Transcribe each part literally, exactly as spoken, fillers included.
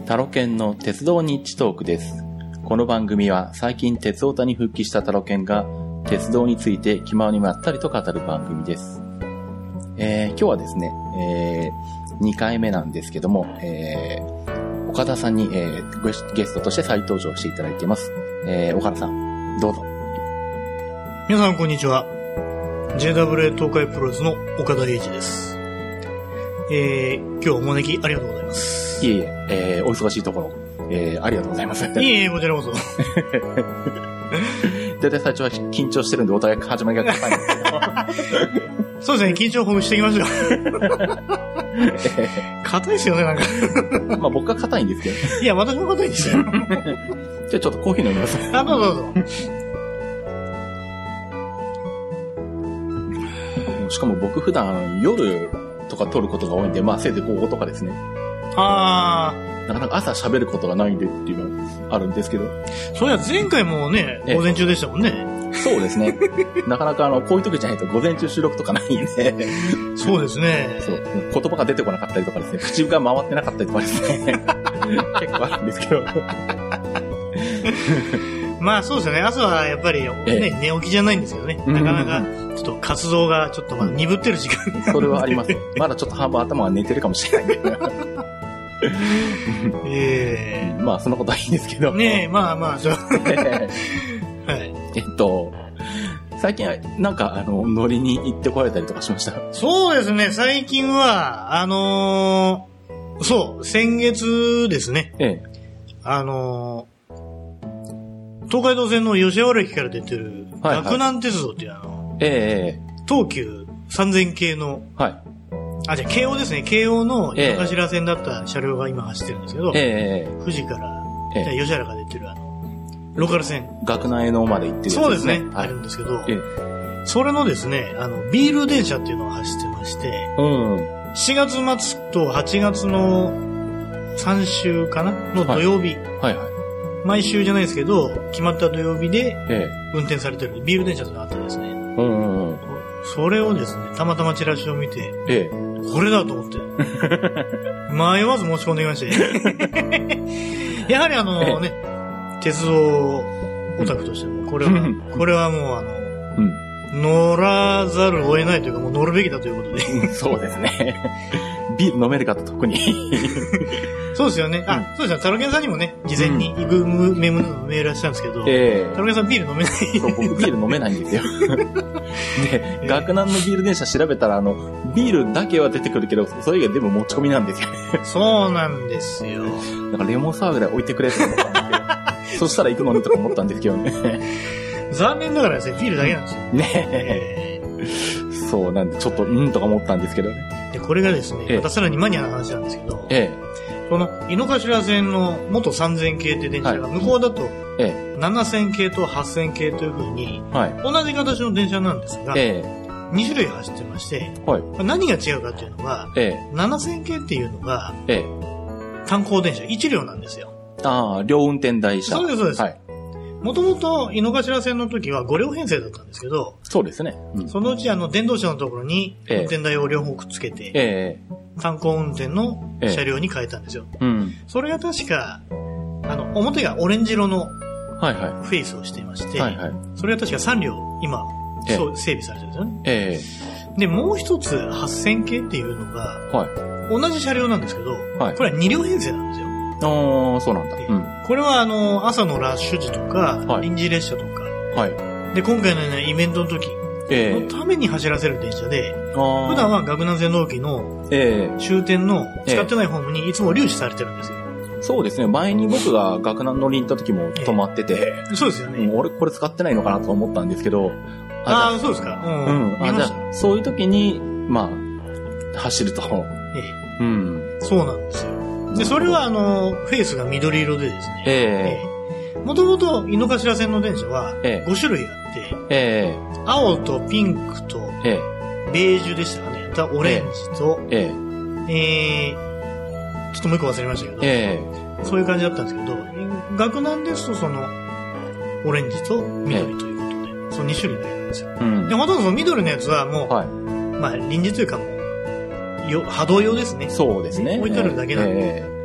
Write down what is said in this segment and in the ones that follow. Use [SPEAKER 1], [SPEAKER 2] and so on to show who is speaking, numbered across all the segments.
[SPEAKER 1] タロケンの鉄道ニッチトークです。この番組は最近鉄オタに復帰したタロケンが鉄道について気まにまったりと語る番組です。えー、今日はですね、えー、にかいめなんですけども、えー、岡田さんに、えー、ゲストとして再登場していただいています。えー、岡田さん、どうぞ。
[SPEAKER 2] 皆さんこんにちは。ジェイダブリューエー 東海プロレスの岡田英二です。えー、今日お招きありがとうございます。
[SPEAKER 1] いえいえ、えー、お忙しいところ、えー、ありがとうございます。い
[SPEAKER 2] えいえ、こちらこそ。
[SPEAKER 1] だいたい最初は緊張してるんでお互い始まりが硬いんですけど。
[SPEAKER 2] そうですね、緊張をほぐしていきましょう。硬いですよね、なんか。
[SPEAKER 1] まあ僕は硬いんですけど。
[SPEAKER 2] いや、私も硬いんですよ。
[SPEAKER 1] じゃあちょっとコーヒー飲みます。
[SPEAKER 2] あ、どうぞどうぞ。
[SPEAKER 1] しかも僕普段夜とか撮ることが多いんで、まあせいぜい午後とかですね。
[SPEAKER 2] あ
[SPEAKER 1] あ。なかなか朝喋ることがないんでっていうのはあるんですけど。
[SPEAKER 2] そういや、前回もね、午前中でしたもんね。
[SPEAKER 1] そうですね。なかなかあの、こういう時じゃないと午前中収録とかないんで。
[SPEAKER 2] そうですね。
[SPEAKER 1] そう。言葉が出てこなかったりとかですね、口が回ってなかったりとかですね。結構あるんですけど。
[SPEAKER 2] まあそうですよね。朝はやっぱり、ね、寝起きじゃないんですけどね。なかなか、ちょっと活動がちょっとまだ鈍ってる時間が。
[SPEAKER 1] それはあります。まだちょっと半分頭が寝てるかもしれない。
[SPEAKER 2] ええー。
[SPEAKER 1] まあそんなことはいいんですけど。
[SPEAKER 2] ねえ、まあまあ、そう。はい。
[SPEAKER 1] えっと、最近はなんかあの、乗りに行ってこられたりとかしました？
[SPEAKER 2] そうですね。最近は、あのー、そう、先月ですね。ええ。あのー、東海道線の吉原駅から出てる、洛南鉄道っていうあの、ええ、東急さんぜん系の、はい。あ、じゃあ、京王ですね。京王の井の頭線だった車両が今走ってるんですけど、ええ、富士から、ええ、吉原が出てるあの、ローカル線。
[SPEAKER 1] 洛南江ノまで行ってるやつですね。
[SPEAKER 2] そうですね。はい、あるんですけど、ええ、それのですね、あの、ビール電車っていうのが走ってまして、うん、しがつ末とはちがつのさん週かなの土曜日。はい、はいはい。毎週じゃないですけど、決まった土曜日で運転されてるビール電車があってですね。うんうんうん、それをですね、たまたまチラシを見て、ええ、これだと思って、迷わず持ち込んできまして。やはりあのね、鉄道オタクとしても、これは、これはもうあの、うん、乗らざるを得ないというか、もう乗るべきだということで。
[SPEAKER 1] そうですね。ビール飲める方特に。
[SPEAKER 2] そうですよね。あ、うん、そうですよ。タロケンさんにもね、事前に行くメモのメールしたんですけど、えー、タロケンさんビール飲めない。
[SPEAKER 1] そう、僕ビール飲めないんですよ。で、洛南のビール電車調べたら、あの、ビールだけは出てくるけど、それ以外全部持ち込みなんですよ。
[SPEAKER 2] そうなんですよ。
[SPEAKER 1] だからレモンサワーぐらい置いてくれと思ったんですけど、そしたら行くのにとか思ったんですけどね。
[SPEAKER 2] 残念ながらですね、ビールだけなんですよ。ね
[SPEAKER 1] え。そうなんで、ちょっと、うんとか思ったんですけどね。
[SPEAKER 2] で、これがですね、ええ、またさらにマニアな話なんですけど、ええ、この井の頭線の元さんぜん系って電車が向こうだと、ええ、ななせん系とはっせん系という風に、はい、同じ形の電車なんですが、ええ、に種類走ってまして、はい、何が違うかっていうのは、ええ、ななせん系っていうのが、ええ、単行電車いち両なんですよ。
[SPEAKER 1] ああ、両運転台車。
[SPEAKER 2] そうです、そうです。はい、もともと井の頭線の時はご両編成だったんですけど、
[SPEAKER 1] そうですね。
[SPEAKER 2] うん、そのうちあの電動車のところに運転台を両方くっつけて、ええ、単行運転の車両に変えたんですよ。ええ、うん、それが確か、あの、表がオレンジ色のフェイスをしていまして、はいはい、それが確かさん両今、ええ、整備されてるんですよね。ええ、で、もう一つはっせん系っていうのが、はい、同じ車両なんですけど、はい、これはに両編成なんですよ。
[SPEAKER 1] ああ、そうなんだ。うん、
[SPEAKER 2] これはあの、朝のラッシュ時とか、はい、臨時列車とか、はい、で、今回のようなイベントの時のために走らせる電車で、えー、普段は岳南線の駅の終点の使ってないホームにいつも留置されてるんですよ。
[SPEAKER 1] えー、そうですね。前に僕が岳南乗りに行った時も止まってて、
[SPEAKER 2] えー、そうですよね。
[SPEAKER 1] 俺これ使ってないのかなと思ったんですけど、
[SPEAKER 2] ああ、そうですか。
[SPEAKER 1] うん。うん、あ、じゃあ、そういう時に、まあ、走ると。え
[SPEAKER 2] え、うん。そうなんですよ。で、それはあの、フェイスが緑色でですね。ええ。もともと井の頭線の電車はご種類あって、ええ、青とピンクと、ええ、ベージュでしたかね。オレンジと、えええー、ちょっともう一個忘れましたけど、ええ、そういう感じだったんですけど、岳南ですとその、オレンジと緑ということで、ええ、そのに種類があるんですよ。うん、で、ほとんどその緑のやつはもう、はい、まあ臨時というかもう、よ波動用ですね。
[SPEAKER 1] そうですね。
[SPEAKER 2] 置いてあるだけなんで、え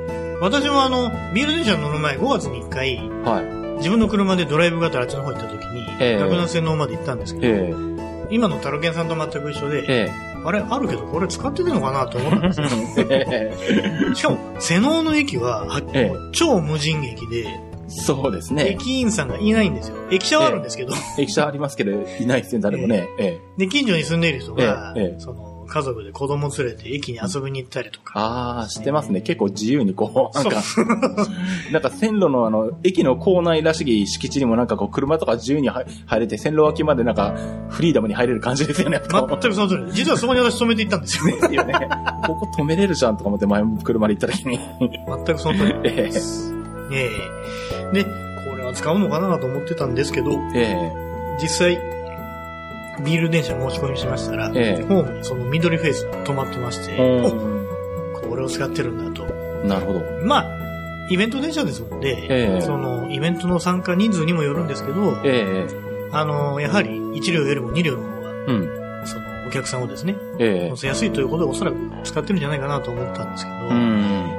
[SPEAKER 2] 私もあの、ビール電車に乗る前ごがつにいっかい、はい、自分の車でドライブがてらあっちの方行った時に、えー、洛南線の方まで行ったんですけど、えー、今のタロケンさんと全く一緒で、えー、あれ、あるけどこれ使ってねえのかなと思ったんですよ。えー、しかも、瀬能の駅は、えー、超無人駅で、
[SPEAKER 1] そうですね。
[SPEAKER 2] 駅員さんがいないんですよ。駅舎はあるんですけど。
[SPEAKER 1] えー、駅舎ありますけど、いないですね、誰もね。
[SPEAKER 2] えー、で、近所に住んでいる人が、えーえー、その、家族で子供連れて駅に遊びに行ったりとか。
[SPEAKER 1] ああ、してますね。結構自由にこう、なんか、なんか線路のあの、駅の構内らしき敷地にもなんかこう、車とか自由に入れて、線路脇までなんか、フリーダムに入れる感じですよね。
[SPEAKER 2] 全くその通り。実はそこに私止めて行ったんですよ。ですよね。
[SPEAKER 1] ここ止めれるじゃんとか思って前、車で行った時に。
[SPEAKER 2] 全くその通りです。ええー。で、これは使うのかなと思ってたんですけど、ええー、実際、ビール電車申し込みしましたら、ええ、ホームにその緑フェイスが止まってまして、お、これを使ってるんだと。
[SPEAKER 1] なるほど。
[SPEAKER 2] まあ、イベント電車ですので、ええ、そのイベントの参加人数にもよるんですけど、ええ、あの、やはりいち両よりもに両の方が、うん、そのお客さんをですね、ええ、乗せやすいということでおそらく使ってるんじゃないかなと思ったんですけど、うん、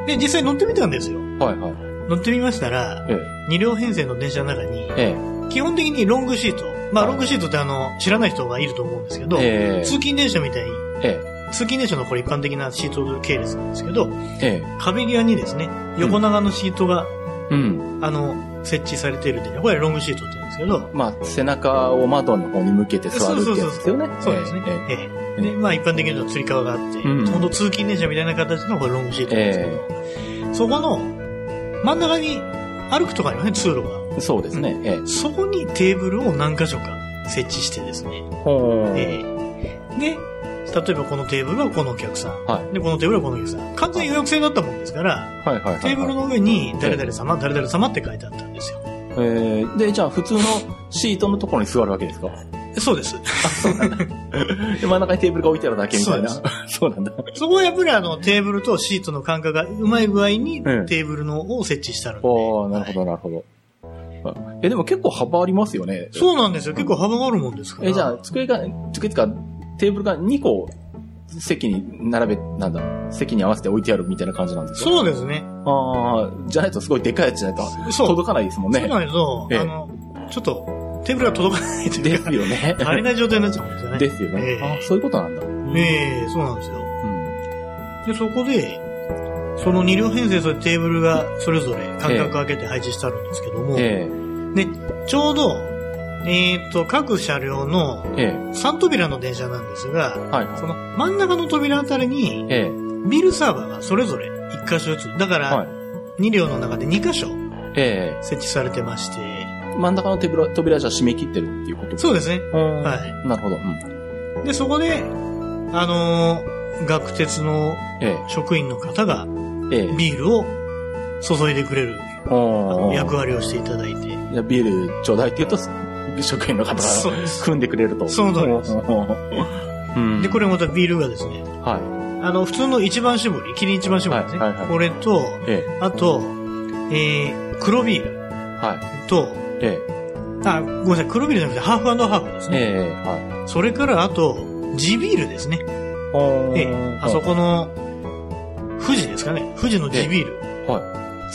[SPEAKER 2] で、実際乗ってみたんですよ。はいはい。乗ってみましたら、ええ、に両編成の電車の中に、ええ、基本的にロングシート、まあ、ロングシートってあの、知らない人がいると思うんですけど、えー、通勤電車みたいに、えー、通勤電車のこれ一般的なシート系列なんですけど、えー、壁際にですね、横長のシートが、うん、あの、設置されているんで、これロングシートって言うんですけど、
[SPEAKER 1] まあ、背中を窓の方に向けて座るってやつですよね。
[SPEAKER 2] そうですね。えーえー、で、まあ、一般的にはつり革があって、うん、ほんと通勤電車みたいな形のこれロングシートなんですけど、えー、そこの真ん中に歩くとかありますね、通路が。
[SPEAKER 1] そうですね、ええ。
[SPEAKER 2] そこにテーブルを何箇所か設置してですね。ええ、で、例えばこのテーブルはこのお客さん。はい、で、このテーブルはこのお客さん。完全予約制だったもんですから、はいはいはいはい、テーブルの上に誰々様、ええ、誰々様って書いてあったんですよ。
[SPEAKER 1] えー、で、じゃあ普通のシートのところに座るわけですか？
[SPEAKER 2] そうです。
[SPEAKER 1] あ、そうなんだ。で、真ん中にテーブルが置いてあるだけみたいな。そうそうなんだ。
[SPEAKER 2] そこはやっぱりあの、テーブルとシートの間隔がうまい具合にテーブルのを設置してあるので。
[SPEAKER 1] おー、なるほど、なるほど。え、でも結構幅ありますよね。
[SPEAKER 2] そうなんですよ。結構幅があるもんですから。
[SPEAKER 1] え、じゃあ、机が、机とか、テーブルがにこ、席に並べ、なんだ、席に合わせて置いてあるみたいな感じなんですか？
[SPEAKER 2] そうですね。
[SPEAKER 1] ああ、じゃないとすごいでかいやつじゃないと、届かないですもんね。
[SPEAKER 2] そうなんですよ。ええ、あの、ちょっと、テーブルが届かないというか。
[SPEAKER 1] ですよね。
[SPEAKER 2] 足りない状態になっちゃうんですよね。
[SPEAKER 1] ですよね。えー、あ、そういうことなんだ。
[SPEAKER 2] ええー、そうなんですよ。うん、で、そこで、そのに両編成それテーブルがそれぞれ間隔空けて配置してあるんですけども、えー、で、ちょうど、えっと、各車両のさん扉の電車なんですが、はいはい、その真ん中の扉あたりに、ビールサーバーがそれぞれいっ箇所ずつ、だから、に両の中でに箇所設置されてまして、
[SPEAKER 1] 真ん中の扉、扉じゃ閉め切ってるっていうことですか？
[SPEAKER 2] そうですね。はい。
[SPEAKER 1] なるほど。
[SPEAKER 2] うん、で、そこで、あのー、学鉄の職員の方が、ビールを注いでくれる、ええ、役割をしていただいて。
[SPEAKER 1] じゃビールちょうだいって言うと、職員の方が組んでくれると。
[SPEAKER 2] その通りです。うん、で、これまたビールがですね、はい。あの、普通の一番搾り、キリン一番搾りですね。はいはいはい、これと、ええ、あと、えー、黒ビール。はい。と、ええ。あ、ごめんなさい、黒ビールじゃなくてハーフ&ハーフですね。ええ、はい。それからあと、地ビールですね。ええ、あそこの、富士ですかね。富士の地ビール。はい。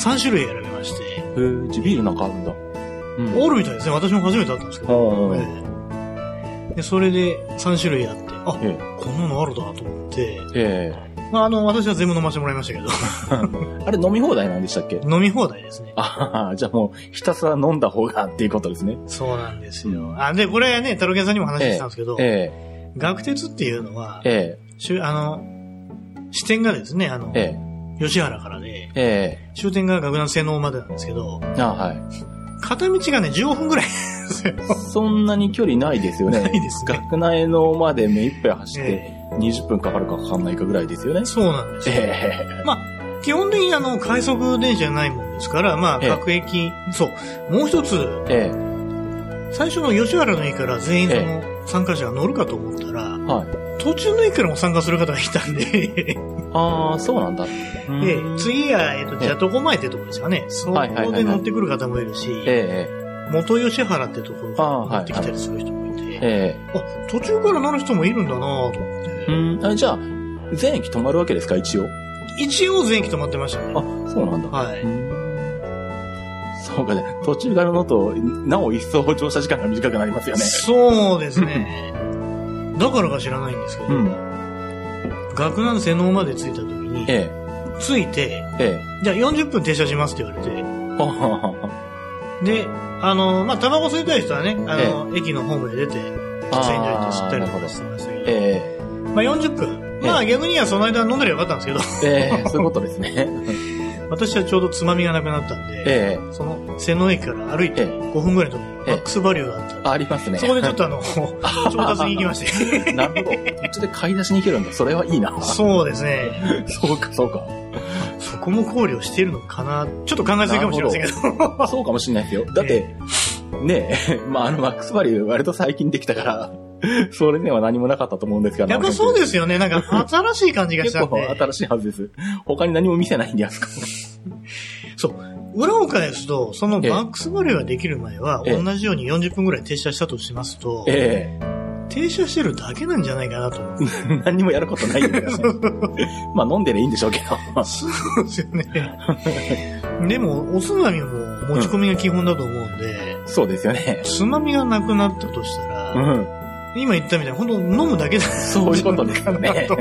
[SPEAKER 2] さん種類選べまして。へ
[SPEAKER 1] え、地ビールなんかあるんだ。
[SPEAKER 2] うん、あるみたいですね。私も初めて会ったんですけど。ええ、で、それでさん種類あって、あ、ええ、こんなのあるだと思って。ええ。まあ、あの、私は全部飲ませてもらいましたけど。
[SPEAKER 1] あれ飲み放題なんでしたっけ？
[SPEAKER 2] 飲み放題ですね。
[SPEAKER 1] ああ、じゃあもうひたすら飲んだ方がっていうことですね。
[SPEAKER 2] そうなんですよ。うん、あ、で、これね、タロケンさんにも話したんですけど、ええ、学鉄っていうのは、ええ、あの、支店がですね、あの、ええ、吉原からで、ええ、終点が学南西能までなんですけど、あ、はい。片道がね、じゅうごふんぐらいですよ。
[SPEAKER 1] そんなに距離ないですよね。
[SPEAKER 2] ないですね。
[SPEAKER 1] 学南能まで目いっぱい走って、ええ、にじゅっぷんかかるかかかんないかぐらいですよね。
[SPEAKER 2] そうなんですよ。ええ、まあ、基本的にあの、快速電車じゃないもんですから、まあ、各駅、ええ、そう、もう一つ、ええ、最初の吉原の駅から全員その参加者が乗るかと思ったら、はい、途中の駅からも参加する方がいたんで、
[SPEAKER 1] ああ、そうなんだ。
[SPEAKER 2] で、次は、えっ、ー、と、じゃとこ前ってとこですかね。そこで乗ってくる方もいるし、ええ、元吉原ってところから乗ってきたりする人もいて、はいはい、ええ、あ、途中から乗る人もいるんだなぁと思って。
[SPEAKER 1] うん、あ、じゃあ、全駅止まるわけですか、一応。
[SPEAKER 2] 一応全駅止まってましたね。
[SPEAKER 1] あ、そうそうなんだ。
[SPEAKER 2] はい。
[SPEAKER 1] そうかね。途中から乗ると、なお一層乗車時間が短くなりますよね。
[SPEAKER 2] そうですね。だからか知らないんですけど、うん、岳南瀬能まで着いた時に、ええ、着いて、ええ、じゃあよんじゅっぷん停車しますって言われて、で、あの、まあ、タバコ吸いたい人はね、あの、ええ、駅のホームで出て、喫煙所行って吸ったりとかしてましたけど、ええ、まあよんじゅっぷん。まあ逆にはその間飲んだらよかったんですけど。
[SPEAKER 1] ええ、そういうことですね。
[SPEAKER 2] 私はちょうどつまみがなくなったんで、ええ、その瀬能駅から歩いてごふんぐらいのところにマックスバリューがあった、ええ。
[SPEAKER 1] ありますね。
[SPEAKER 2] そこでちょっとあの、調達に行きまして。
[SPEAKER 1] なるほど。途中で買い出しに行けるんだ。それはいいな。
[SPEAKER 2] そうですね。
[SPEAKER 1] そうか、そうか。
[SPEAKER 2] そこも考慮しているのかな。ちょっと考えすぎかもしれませんけど。
[SPEAKER 1] そうかもしれないですよ。だって、ええ、ねえ、まああのマックスバリュー割と最近できたから、それには何もなかったと思うんですけど。
[SPEAKER 2] やっぱそうですよね。なんか新しい感じがしたんで。
[SPEAKER 1] 結構新しいはずです。他に何も見せないんで、あそこ。
[SPEAKER 2] そう。裏を返すと、そのマックスバリューができる前は、同じようによんじゅっぷんぐらい停車したとしますと、ええ、停車してるだけなんじゃないかなと思って。
[SPEAKER 1] 何にもやることないんだよね。まあ飲んでりゃいいんでしょうけど。
[SPEAKER 2] そうですよね。でも、おつまみも持ち込みが基本だと思うんで、
[SPEAKER 1] うん、そうですよね。
[SPEAKER 2] つまみがなくなったとしたら、うん、今言ったみたいに、本当飲むだけだ。
[SPEAKER 1] そういうことですよね。うん、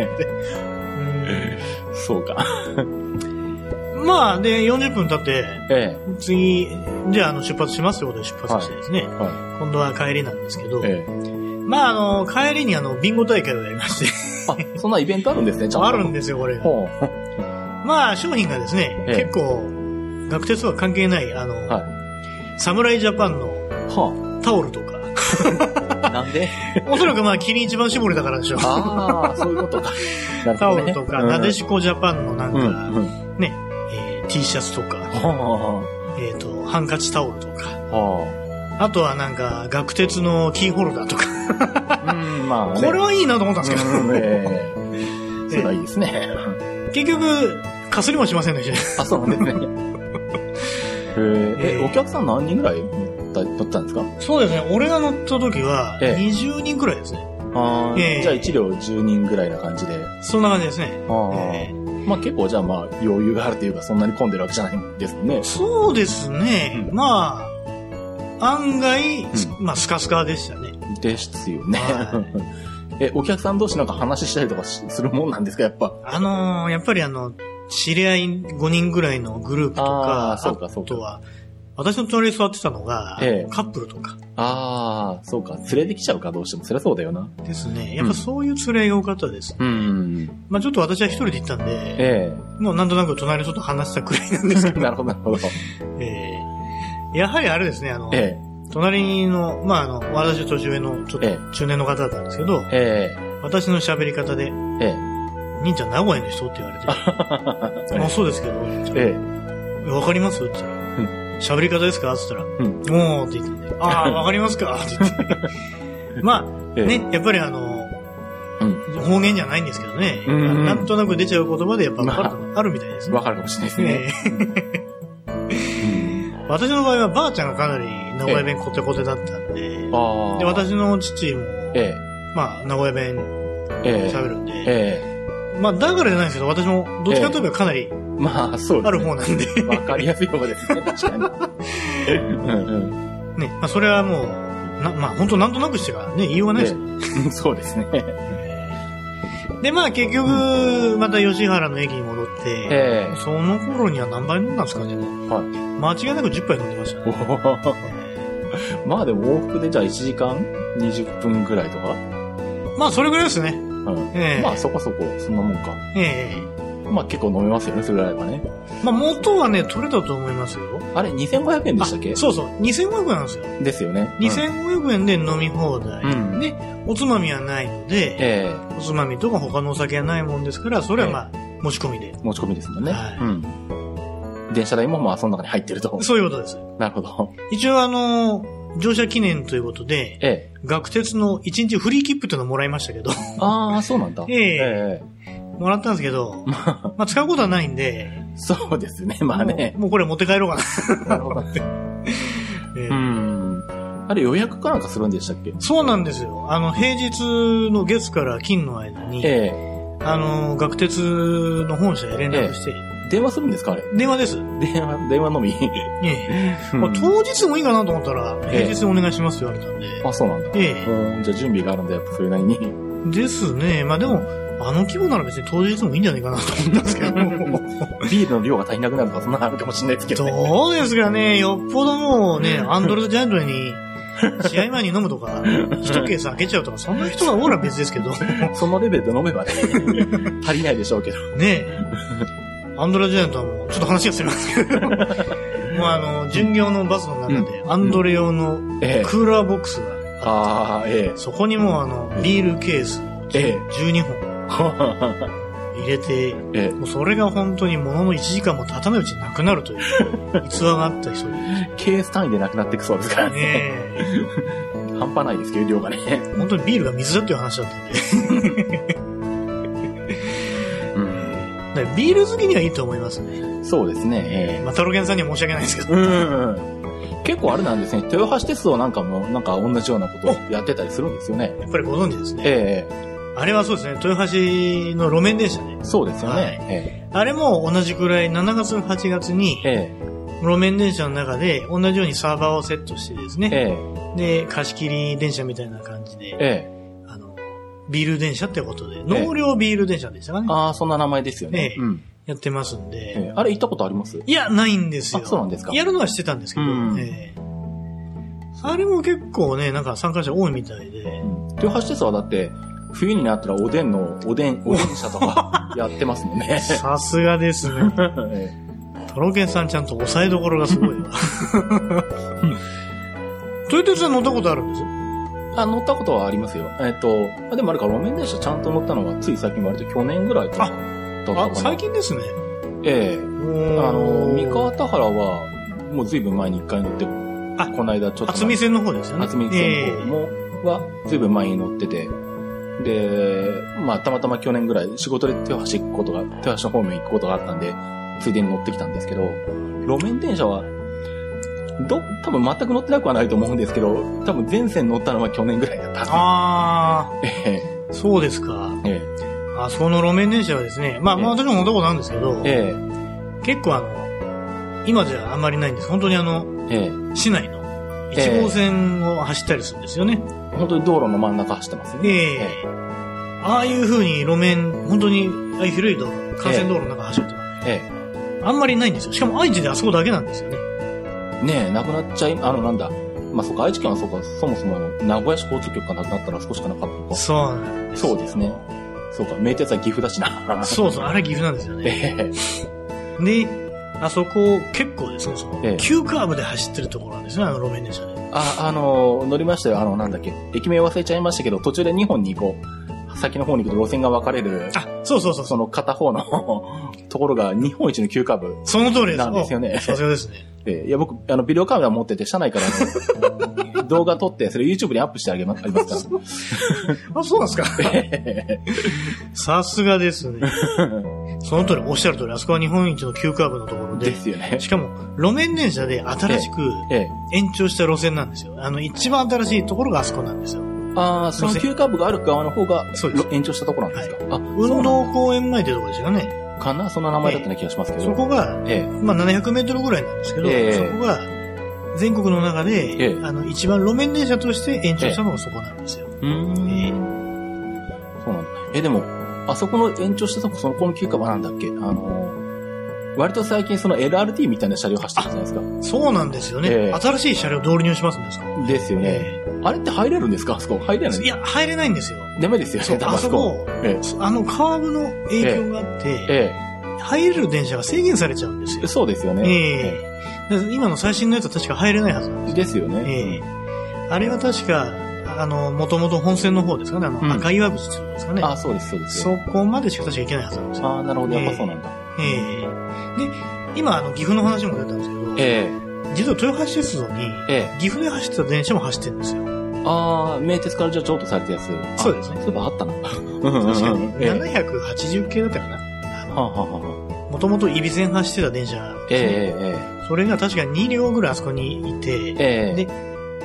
[SPEAKER 1] そうか。
[SPEAKER 2] まあ、で、よんじゅっぷん経って、ええ、次、じゃあ、あの、出発しますということで出発してですね、はいはい、今度は帰りなんですけど、ええ、まあ、あの、帰りにあの、ビンゴ大会をやりまして。
[SPEAKER 1] あ、そんなイベントあるんですね、ちゃんと。
[SPEAKER 2] あるんですよ、これが。まあ、商品がですね、ええ、結構、学鉄は関係ない、あの、はい、侍ジャパンのタオルとか。
[SPEAKER 1] なんで
[SPEAKER 2] おそらくまあ、キリン一番絞りだからでしょう。
[SPEAKER 1] ああ、そういうことか。
[SPEAKER 2] タオルとか、うん、なでしこジャパンのなんか、うんうん、ね、T シャツとか、えっと、ハンカチタオルとか、あとはなんか、学鉄のキーホルダーとか。うんまあね、これはいいなと思ったんですけど。うんえ
[SPEAKER 1] ー、それはいいですね。
[SPEAKER 2] 結局、かすりもしませんでした。
[SPEAKER 1] あ、そうなんですね。えー、お客さん何人ぐらい乗ったんですか？そう
[SPEAKER 2] ですね。俺が乗った時は、にじゅうにんくらいですね。
[SPEAKER 1] あえー、じゃあいち両じゅうにんぐらいな感じで。
[SPEAKER 2] そんな感じですね。あ
[SPEAKER 1] えーまあ結構じゃあまあ余裕があるというかそんなに混んでるわけじゃないんですね。
[SPEAKER 2] そうですね。うん、まあ、案外、うん、まあスカスカでしたね。
[SPEAKER 1] ですよね。え、お客さん同士なんか話したりとかするもんなんですか、やっぱ。
[SPEAKER 2] あのー、やっぱりあの、知り合いごにんぐらいのグループとか、あ, そうかそうかあとは、私の隣に座ってたのが、ええ、カップルとか。
[SPEAKER 1] ああ、そうか。連れてきちゃうか、どうしても。そりゃそうだよな。
[SPEAKER 2] ですね。やっぱそういう連れが多かったです。うん。まあちょっと私は一人で行ったんで、ええ、もうなんとなく隣の人と話したくらいなんですけど。
[SPEAKER 1] なるほど、なるほど。
[SPEAKER 2] ええ、やはりあれですね、あの、ええ、隣の、まああの、私年上のちょっと中年の方だったんですけど、ええ、私の喋り方で、ええ、兄ちゃん名古屋の人って言われて、あ、そうですけど、ええ、わかりますって言ったら、喋り方ですかって言ったら、うん、おーって言って、ああ、わかりますかって言って。まあ、ええ、ね、やっぱりあの、うん、方言じゃないんですけどね、うんうん、なんとなく出ちゃう言葉でやっぱ分かるとあるみたいですね。
[SPEAKER 1] わかるかもしれないですね。
[SPEAKER 2] 私の場合はばあちゃんがかなり名古屋弁コテコテだったんで、ええ、で私の父も、ええ、まあ、名古屋弁喋るんで、ええ、まあ、だからじゃないんですけど、私もどっちかといえばかなり、ええまあ、そうですね。ある方なんで。
[SPEAKER 1] わかりやすい方ですね、確かに。
[SPEAKER 2] うんうん。ね、まあ、それはもう、な、まあ、本当なんとなくしてからね、言いようがないですよね。
[SPEAKER 1] そうですね。
[SPEAKER 2] で、まあ、結局、また吉原の駅に戻って、えー、その頃には何杯飲んだんですかね、はい。間違いなくじゅっぱい飲んでましたね。
[SPEAKER 1] まあ、でも往復でじゃあいちじかんにじゅっぷんぐらいとか
[SPEAKER 2] まあ、それぐらいですね。
[SPEAKER 1] うん。えー、まあ、そこそこ、そんなもんか。ええーまあ結構飲めますよね、それぐらいはね。
[SPEAKER 2] まあ元はね、取れたと思いますよ。
[SPEAKER 1] あれ、にせんごひゃくえんでしたっけ？
[SPEAKER 2] そうそう、にせんごひゃくえんなんですよ。
[SPEAKER 1] ですよね。
[SPEAKER 2] うん、にせんごひゃくえんで飲み放題。うん、で、おつまみはないので、えー、おつまみとか他のお酒はないもんですから、それはまあ、えー、持ち込みで。
[SPEAKER 1] 持ち込みですもんね。はい。うん。電車代もまあその中に入ってると。
[SPEAKER 2] そういうことです。
[SPEAKER 1] なるほど。
[SPEAKER 2] 一応あの、乗車記念ということで、ええ、学鉄のいちにちフリー切符っていうのをもらいましたけど。
[SPEAKER 1] ああ、そうなんだ。ええ
[SPEAKER 2] ええもらったんですけど、まあ使うことはないんで。
[SPEAKER 1] そうですね、まあね。
[SPEAKER 2] もう、もうこれ持って帰ろうかな。なるほど。
[SPEAKER 1] えー、うん。あれ予約かなんかするんでしたっけ？
[SPEAKER 2] そうなんですよ。あの、平日の月から金の間に、えー、あの、学鉄の本社へ連絡して、えー、
[SPEAKER 1] 電話するんですかあれ。
[SPEAKER 2] 電話です。
[SPEAKER 1] 電話、電話のみ。
[SPEAKER 2] ええ。まあ、当日もいいかなと思ったら、平日でお願いしますって言われたんで。
[SPEAKER 1] あ、そうなんだ。ええ。じゃあ準備があるんだ、やっぱそれなりに。
[SPEAKER 2] ですね。まあでも、あの規模なら別に当日もいいんじゃないかなと思ったんですけど。ビ
[SPEAKER 1] ールの量が足りなくなるとかそんなのあるかもしれないですけど、ね。
[SPEAKER 2] どうですかね。よっぽどもうね、アンドロイドジャイアントに、試合前に飲むとか、一ケース開けちゃうとか、そんな人がおら別ですけど。
[SPEAKER 1] そのレベルで飲めばね、足りないでしょうけど。
[SPEAKER 2] ねえ。アンドロイドジャイアントはもう、ちょっと話がするんですけど。もうあの、巡業のバスの中で、アンドレ用のクーラーボックスがあって、ええ、そこにもあの、ビールケースをじゅうにほん入れて、ええ、もうそれが本当にもののいちじかんも経たないうちになくなるという逸話があった人で。
[SPEAKER 1] ケース単位でなくなっていくそうですからね。ね半端ないですけど、量がね。
[SPEAKER 2] 本当にビールが水だっていう話だったんで。ビール好きにはいいと思いますね。
[SPEAKER 1] そうですね。えー、
[SPEAKER 2] まあ、タロケンさんには申し訳ないですけど。
[SPEAKER 1] うん。結構あれなんですね。豊橋鉄道なんかもなんか同じようなことをやってたりするんですよね。
[SPEAKER 2] やっぱりご存知ですね。
[SPEAKER 1] え
[SPEAKER 2] えー、あれはそうですね。豊橋の路面電車ね。
[SPEAKER 1] そうですよね。はい
[SPEAKER 2] えー、あれも同じくらいしちがつはちがつに、えー、路面電車の中で同じようにサーバーをセットしてですね。えー、で、貸し切り電車みたいな感じで。えービール電車ってことで、納涼ビール電車でしたかね。
[SPEAKER 1] ああ、そんな名前ですよね。
[SPEAKER 2] ええうん、やってますんで、
[SPEAKER 1] ええ。あれ行ったことあります？
[SPEAKER 2] いや、ないんですよ。
[SPEAKER 1] あ、そうなんですか。
[SPEAKER 2] やるのは知ってたんですけど、うんええ、あれも結構ね、なんか参加者多いみたいで。うん、
[SPEAKER 1] 豊橋鉄道はだって、冬になったらおでんの、おでん、おでん車とかやってますもんね。
[SPEAKER 2] さすがですね。ええ、トロケンさんちゃんと抑えどころがすごいわ。トヨタさん乗ったことあるんですよ。
[SPEAKER 1] あ、乗ったことはありますよ。えっと、あでもあれか、路面電車ちゃんと乗ったのはつい最近割と去年ぐらいとかだったかな。
[SPEAKER 2] あ、最近ですね。
[SPEAKER 1] ええあの、三河田原は、もう随分前に一回乗って、あ、この間ちょっと。
[SPEAKER 2] 厚見線の方ですよね。
[SPEAKER 1] 厚見線の方も、えー、は、随分前に乗ってて、で、まあ、たまたま去年ぐらい仕事で豊橋行くことが、豊橋の方面行くことがあったんで、ついでに乗ってきたんですけど、路面電車は、ど、多分全く乗ってなくはないと思うんですけど、多分全線乗ったのは去年ぐらいだったんで。
[SPEAKER 2] ああ。ええ。そうですか。ええ。あその路面電車はですね、まあ、ええ、まあ私も乗ったことあるんですけど、ええ。結構あの、今じゃあんまりないんです。本当にあの、ええ。市内のいち号線を走ったりするんですよね。
[SPEAKER 1] ええ、本当に道路の真ん中走ってますね。
[SPEAKER 2] ええ。ええ、ああいう風に路面、本当に、ああいう広い道路、幹線道路の中走ると、ええ。あんまりないんですよ。しかも愛知であそこだけなんですよね。
[SPEAKER 1] ねえ、なくなっちゃい、あの、なんだ。まあ、そっか、愛知県はそうか、そもそも名古屋市交通局がなくなったら少しかなかったのか。
[SPEAKER 2] そうなんですよ。そうですね。
[SPEAKER 1] そうか、名鉄は岐阜だしな。
[SPEAKER 2] そうそう、あれ岐阜なんですよね。えで、あそこ、結構ですね、その、ええ、急カーブで走ってるところなんですね、あの路面電車で。
[SPEAKER 1] あ、あの、乗りましたよ。あの、なんだっけ。駅名忘れちゃいましたけど、途中でにほんにこう、先の方に行くと路線が分かれる。
[SPEAKER 2] あ、そうそうそう。
[SPEAKER 1] その片方のところが日本一の急カーブ。
[SPEAKER 2] その通りです。
[SPEAKER 1] なんですよね。
[SPEAKER 2] さすがですね。
[SPEAKER 1] えー、いや、僕、あの、ビデオカメラ持ってて、車内から、ね、動画撮って、それ YouTube にアップしてあげます、ありますから。
[SPEAKER 2] あ、そうなんですか。さすがですね。その通り、おっしゃる通り、あそこは日本一の急カーブのところで。
[SPEAKER 1] ですよね。
[SPEAKER 2] しかも、路面電車で新しく延長した路線なんですよ。あの、一番新しいところがあそこなんですよ。
[SPEAKER 1] ああ、その急カーブがある側の方が、延長したところなんですか。はい、あ、
[SPEAKER 2] 運動公園前というところですよね。
[SPEAKER 1] かなその名前だったような気がしますけど。
[SPEAKER 2] そこが、ええ、まあななひゃくメートルぐらいなんですけど、ええ、そこが全国の中で、ええ、あの一番路面電車として延長したのがそこなんですよ。ええ、うーん、ええ、
[SPEAKER 1] そうなんだ。え、でも、あそこの延長したとこ、そのこの急カーブなんだっけあの、割と最近その エルアールティー みたいな車両走ってるじゃないですか。
[SPEAKER 2] そうなんですよね。ええ、新しい車両導入しますんですか。
[SPEAKER 1] ですよね。ええ、あれって入れるんですかあそこ入れないんですか。
[SPEAKER 2] いや、入れないんですよ。
[SPEAKER 1] ダメですよね、
[SPEAKER 2] あそこ、ええ、あのカーブの影響があって、ええええ、入れる電車が制限されちゃうんですよ。
[SPEAKER 1] そうですよね。
[SPEAKER 2] ええ、今の最新のやつは確か入れないはずなんですよ。
[SPEAKER 1] ですよね。
[SPEAKER 2] ええ、あれは確か、あの、もともと本線の方ですかね、あの、うん、赤岩口っていうんですかね。
[SPEAKER 1] あ、そうです、そうです。
[SPEAKER 2] そこまでしか確か行けないはずなんですよ。
[SPEAKER 1] あ、なるほど、やっぱそうなんだ。
[SPEAKER 2] ええええ、で、今、あの、岐阜の話も出たんですけど、ええ、実は豊橋鉄道に、ええ、岐阜で走ってた電車も走ってるんですよ。
[SPEAKER 1] ああ、名鉄からじゃあ譲渡されたやつ。
[SPEAKER 2] そうですね。
[SPEAKER 1] そういえばあったな。
[SPEAKER 2] 確かに、ななひゃくはちじゅう系だったかな。はあはあはあ、もともと揖斐線走ってた電車、ね。ええええ。それが確かに両ぐらいあそこにいて、ええ、で、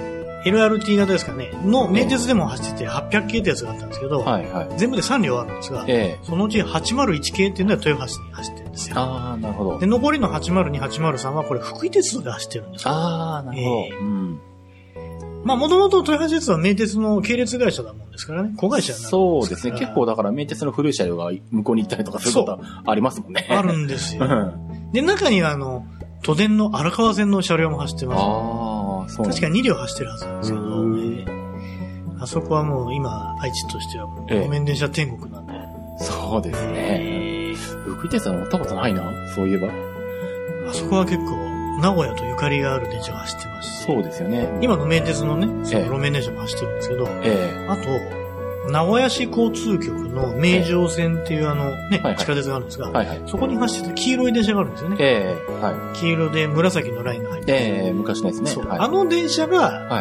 [SPEAKER 2] エルアールティー 型ですかね、の名鉄でも走っててはっぴゃく系ってやつがあったんですけど、
[SPEAKER 1] はいはい、
[SPEAKER 2] 全部でさん両あるんですが、えー、そのうちはちまるいち系っていうのは豊橋に走ってるんですよ。
[SPEAKER 1] ああ、なるほど。
[SPEAKER 2] で、残りのはちまるに、はちまるさんはこれ福井鉄道で走ってるんですよ。
[SPEAKER 1] ああ、なるほど。えーうん、
[SPEAKER 2] まあ、もともと豊橋鉄道は名鉄の系列会社だもんですからね、子会社になるんですから。
[SPEAKER 1] そうですね。結構だから名鉄の古い車両が向こうに行ったりとかすることありますもんね。
[SPEAKER 2] あるんですよ。で、中にはあの、都電の荒川線の車両も走ってます、ね。ああ、そうなんです。確かにに両走ってるはずなんですけど、えー、あそこはもう今、愛知としてはもう路面電車天国なんで。え
[SPEAKER 1] ー、そうですね。えー、福井鉄道乗ったことないな、そういえば。
[SPEAKER 2] あそこは結構、名古屋とゆかりがある電車が走ってますし。
[SPEAKER 1] そうですよね。
[SPEAKER 2] 今の名鉄のね、その路面電車も走ってるんですけど、えー、あと、名古屋市交通局の名城線っていうあのね、はいはい、地下鉄があるんですが、はいはい、そこに走ってた黄色い電車があるんですよね。えーはい、黄色で紫のラインが入ってて、
[SPEAKER 1] えー、昔のやつね。そう、
[SPEAKER 2] はい、あの電車が、はい、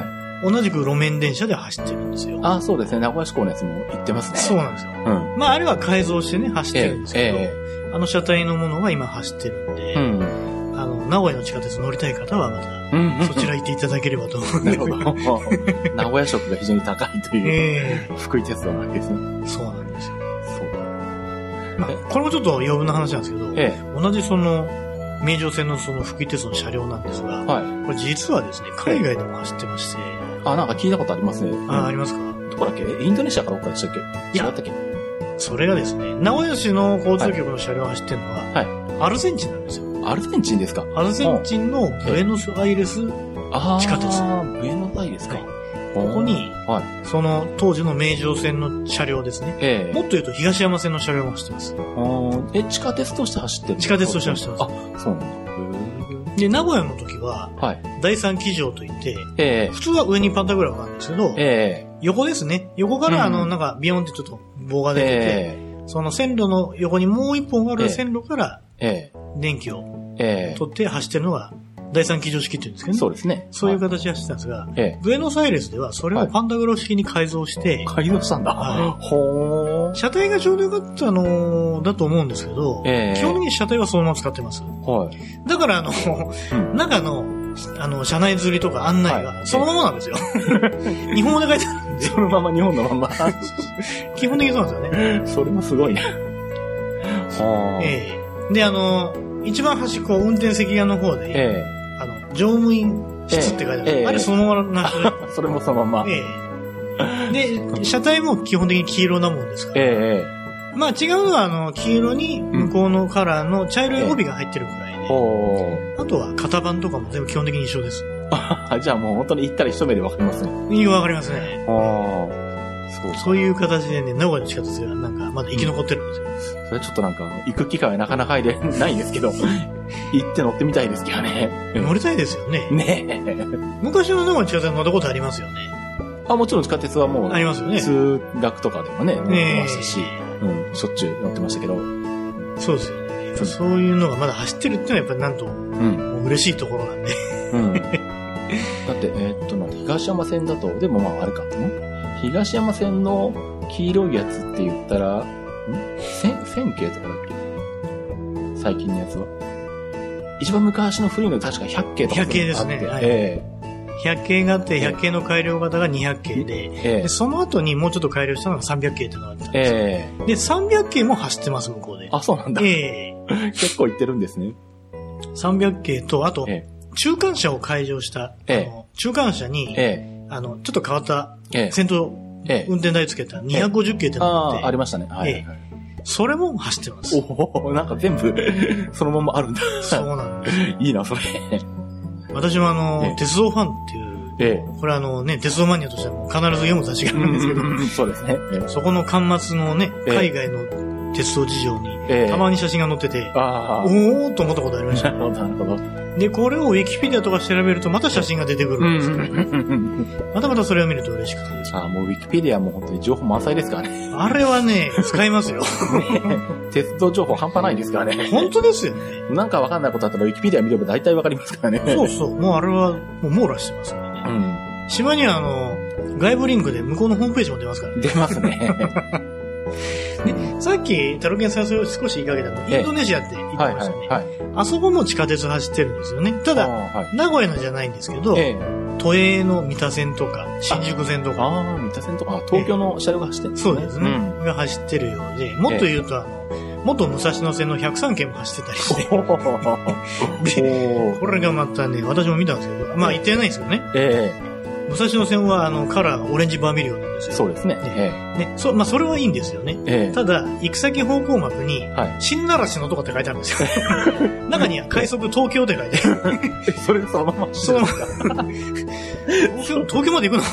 [SPEAKER 2] 同じく路面電車で走ってるんですよ。
[SPEAKER 1] あ、そうですね。名古屋市交のやつも行ってますね。
[SPEAKER 2] そうなんですよ。うん、まああれは改造してね、走ってるんですけど、えーえー、あの車体のものが今走ってるんで、うんあの、名古屋の地下鉄乗りたい方はまた、そちら行っていただければと思うんですけど。なるほど。
[SPEAKER 1] 名古屋色が非常に高いという、えー、福井鉄道なわけですね。
[SPEAKER 2] そうなんですよ。そう。まあ、これもちょっと余分な話なんですけど、えー、同じその、名城線のその福井鉄道の車両なんですが、はい、これ実はですね、海外でも走ってまして。
[SPEAKER 1] あ、なんか聞いたことありますね。
[SPEAKER 2] あ、ありますか？
[SPEAKER 1] どこだっけ？インドネシアかどっかでしたっけ？
[SPEAKER 2] いや、
[SPEAKER 1] 違ったっけ？
[SPEAKER 2] それがですね、名古屋市の交通局の車両が走ってるのは、はい、アルゼンチンなんですよ。
[SPEAKER 1] アルゼンチンですか？
[SPEAKER 2] アルゼンチンのブエノスアイレス地下鉄。
[SPEAKER 1] ああ、ブエノスアイレスか。はい、
[SPEAKER 2] ここに、はい、その当時の名城線の車両ですね。ええ、もっと言うと東山線の車両も走ってます。
[SPEAKER 1] え、地下鉄として走ってるんです
[SPEAKER 2] か？地下鉄として走ってます。
[SPEAKER 1] あ、そうなんだ。
[SPEAKER 2] で、名古屋の時は、はい、だいさん機場といって、ええ、普通は上にパンタグラフなんですけど、ええ、横ですね。横からあの、うん、なんかビヨンってちょっと棒が出てて、ええ、その線路の横にもう一本ある線路から、ええ、電気を取って走ってるのがだいさん機場式って言うんですけどね。そうですね。そういう形で走ってたんですが、ええ、ブエノスアイレスではそれをパンタグラフ式に改造して、
[SPEAKER 1] 改造したんだ。はい、ほー。
[SPEAKER 2] 車体がちょうどよかったのだと思うんですけど、ええ、基本的に車体はそのまま使ってます。はい。だからあの、うん、中の、あの、車内釣りとか案内がそのままなんですよ。はい、日本語で書いてあるんで。
[SPEAKER 1] そのまま日本のまま。
[SPEAKER 2] 基本的にそうなんですよね。
[SPEAKER 1] それもすごいね。
[SPEAKER 2] はあ。ええ。で、あの、一番端っこ、運転席側の方で、ええ、あの、乗務員室って書いてある。ええ、あれそのままなんですよ。
[SPEAKER 1] それもそのまま。え
[SPEAKER 2] え。で、車体も基本的に黄色なもんですから。ええ。まあ違うのは、あの、黄色に向こうのカラーの茶色い帯が入ってるくらいで、ええ、あとは型番とかも全部基本的に一緒です。
[SPEAKER 1] あ、じゃあもう本当に行ったら一目でわかりますね。
[SPEAKER 2] いいわかりますね。ああ。そうそういう形でね、名古屋の地下鉄がなんかまだ生き残ってるんですよ。
[SPEAKER 1] うん、それちょっとなんか、行く機会はなかなかでないんですけど、行って乗ってみたいですけどね。
[SPEAKER 2] 乗りたいですよね。ねえ。昔の名古屋の地下鉄乗ったことありますよね。
[SPEAKER 1] あ、もちろん地下鉄はもう、
[SPEAKER 2] ありますよね。
[SPEAKER 1] 通学とかでもね、乗ってましたし、うん、しょっちゅう乗ってましたけど。
[SPEAKER 2] そうですよね。やっぱそういうのがまだ走ってるっていうのはやっぱりなんと、うん、もう嬉しいところなんで。うん。だって、
[SPEAKER 1] えー、っと、東山線だと、でもまああれか、東山線の黄色いやつって言ったら、ん千、千系とかだっけ最近のやつは。一番昔の古いの確かひゃっ系とかあって。
[SPEAKER 2] ひゃっ系ですね。はい、えー、ひゃっ系があって、ひゃっ系の改良型がにひゃっ系で、えー、でその後にもうちょっと改良したのがさんびゃっ系っていうのがあったんですよ。えー、で、さんびゃっ系も走ってます、向こうで。
[SPEAKER 1] あ、そうなんだ。えー、結構行ってるんですね。
[SPEAKER 2] さんびゃっ系と、あと、えー、中間車を改良した、えー、あの中間車に、えーあの、ちょっと変わった、先頭、ええ、運転台つけたにひゃくごじゅっ系ってのがあって、
[SPEAKER 1] ああ、ありましたね。はい、はい。
[SPEAKER 2] それも走ってます。
[SPEAKER 1] おお、なんか全部、そのままあるんだ。
[SPEAKER 2] そうなんです。
[SPEAKER 1] いいな、それ。
[SPEAKER 2] 私もあの、ええ、鉄道ファンっていう、ええ、これあのね、鉄道マニアとしても必ず読む雑誌があるんですけど、
[SPEAKER 1] そうですね。
[SPEAKER 2] ええ、そこの端末のね、海外の鉄道事情に、ええ、たまに写真が載ってて、あおーと思ったことありました。
[SPEAKER 1] なるほど、なるほど。
[SPEAKER 2] で、これをウィキペディアとか調べるとまた写真が出てくるんですよ、ね。またまたそれを見ると嬉しくてです、ね。
[SPEAKER 1] ああ、もうウィキペディアも本当に情報満載ですからね。
[SPEAKER 2] あれはね、使いますよ。ね、
[SPEAKER 1] 鉄道情報半端ないですからね。
[SPEAKER 2] 本当ですよね。
[SPEAKER 1] なんかわかんないことあったらウィキペディア見れば大体わかりますからね。
[SPEAKER 2] そうそう。もうあれはもう網羅してますからね。うん。島にはあの、外部リンクで向こうのホームページも出ますからね。
[SPEAKER 1] 出ますね。
[SPEAKER 2] で、さっき、タロケンさんそれを少し言いかけたの、インドネシアって言ってましたね。はいはいはい、あそこも地下鉄走ってるんですよね。ただ、はい、名古屋のじゃないんですけど、ええ、 都営の三田線とか、新宿線とか。
[SPEAKER 1] ああ、三田線とか、東京の車両が走ってるんですね。
[SPEAKER 2] そうですね、うん。が走ってるようで、もっと言うと、あの、元武蔵野線のひゃくさんけんも走ってたりして。で、これがまたね、私も見たんですけど、まあ言ってないんですけどね。ええー武蔵野線は、あの、カラーがオレンジバーミリオンなんですよ。
[SPEAKER 1] そうですね。
[SPEAKER 2] ね。ねそ、まあ、それはいいんですよね。ええ、ただ、行く先方向幕に、はい、新奈良市のとこって書いてあるんですよ。中には快速東京って書いてある。
[SPEAKER 1] え、それそのままそのまま。
[SPEAKER 2] 東京、東京まで行くの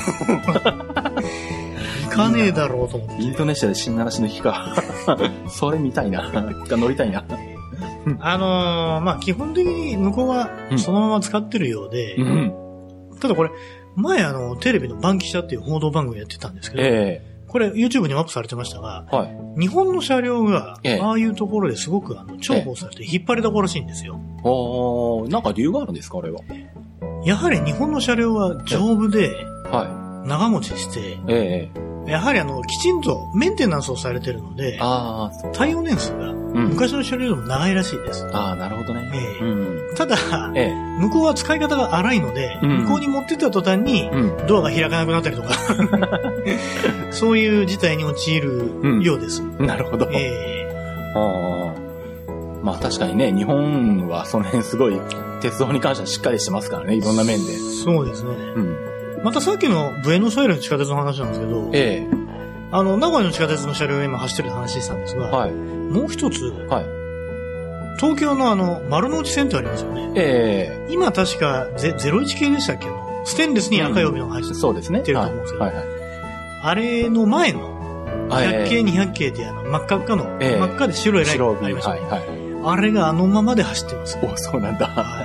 [SPEAKER 2] 行かねえだろうと思って。
[SPEAKER 1] インドネシアで新奈良市の日か。それ見たいな。乗りたいな。
[SPEAKER 2] あのー、まあ、基本的に向こうはそのまま使ってるようで、うん、ただこれ、前あの、テレビのバンキシャっていう報道番組やってたんですけど、えー、これ YouTube にもアップされてましたが、はい、日本の車両が、ああいうところですごくあの重宝されて引っ張りだこらしいんですよ。
[SPEAKER 1] えー、ああ、なんか理由があるんですかあれは。
[SPEAKER 2] やはり日本の車両は丈夫で、長持ちして、えーやはりあの、きちんとメンテナンスをされてるので、あ対応年数が昔の車両でも長いらしいです。
[SPEAKER 1] うん、ああ、なるほどね。え
[SPEAKER 2] ーうん、ただ、えー、向こうは使い方が荒いので、うん、向こうに持ってった途端に、ドアが開かなくなったりとか、うん、そういう事態に陥るようです。
[SPEAKER 1] うん、なるほど。えー、あまあ確かにね、日本はその辺すごい鉄道に関してはしっかりしてますからね、いろんな面で。
[SPEAKER 2] そうですね。うんまたさっきのブエノスアイレスの地下鉄の話なんですけど、ええ、あの、名古屋の地下鉄の車両が今走ってる話したんですが、はい、もう一つ、はい、東京のあの、丸の内線ってありますよね。ええ、今確かゼロいち系でしたっけど、ステンレスに赤い帯の入ってると思うんですけど、あれの前のひゃっ系、にひゃっ系ってあの、真っ赤っかの、ええ、真っ赤で白いラインがありましたね。はいはいあれがあのままで走ってます。
[SPEAKER 1] お、そうなんだ。はい、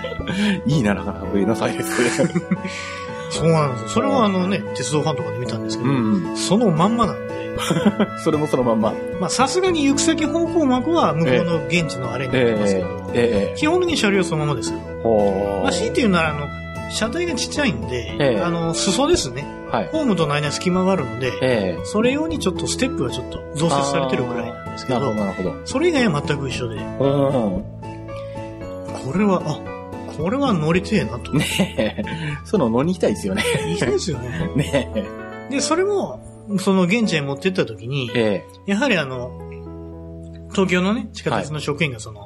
[SPEAKER 1] いいな、なかなかブエノスアイレス。
[SPEAKER 2] そうなんですよ。それはあのね、鉄道ファンとかで見たんですけど、うんうん、そのまんまなんで。
[SPEAKER 1] それもそのまんま。
[SPEAKER 2] まあさすがに行く先方向幕は向こうの現地のあれになってますけど、えええ、基本的に車両はそのままですよ。まあ強いて言うならあの、車体がちっちゃいんで、ええ、あの、裾ですね。はい、ホームとの間に隙間があるので、ええ、それ用にちょっとステップがちょっと増設されてるくらいなんですけど、なるほどそれ以外は全く一緒で、これは、あ、これは乗りてえなと。
[SPEAKER 1] ねえ。その乗りに行きたいですよね。
[SPEAKER 2] 行きたいですよね。ねえ。で、それも、その現地へ持ってった時に、ええ、やはりあの、東京のね、地下鉄の職員がその、はい、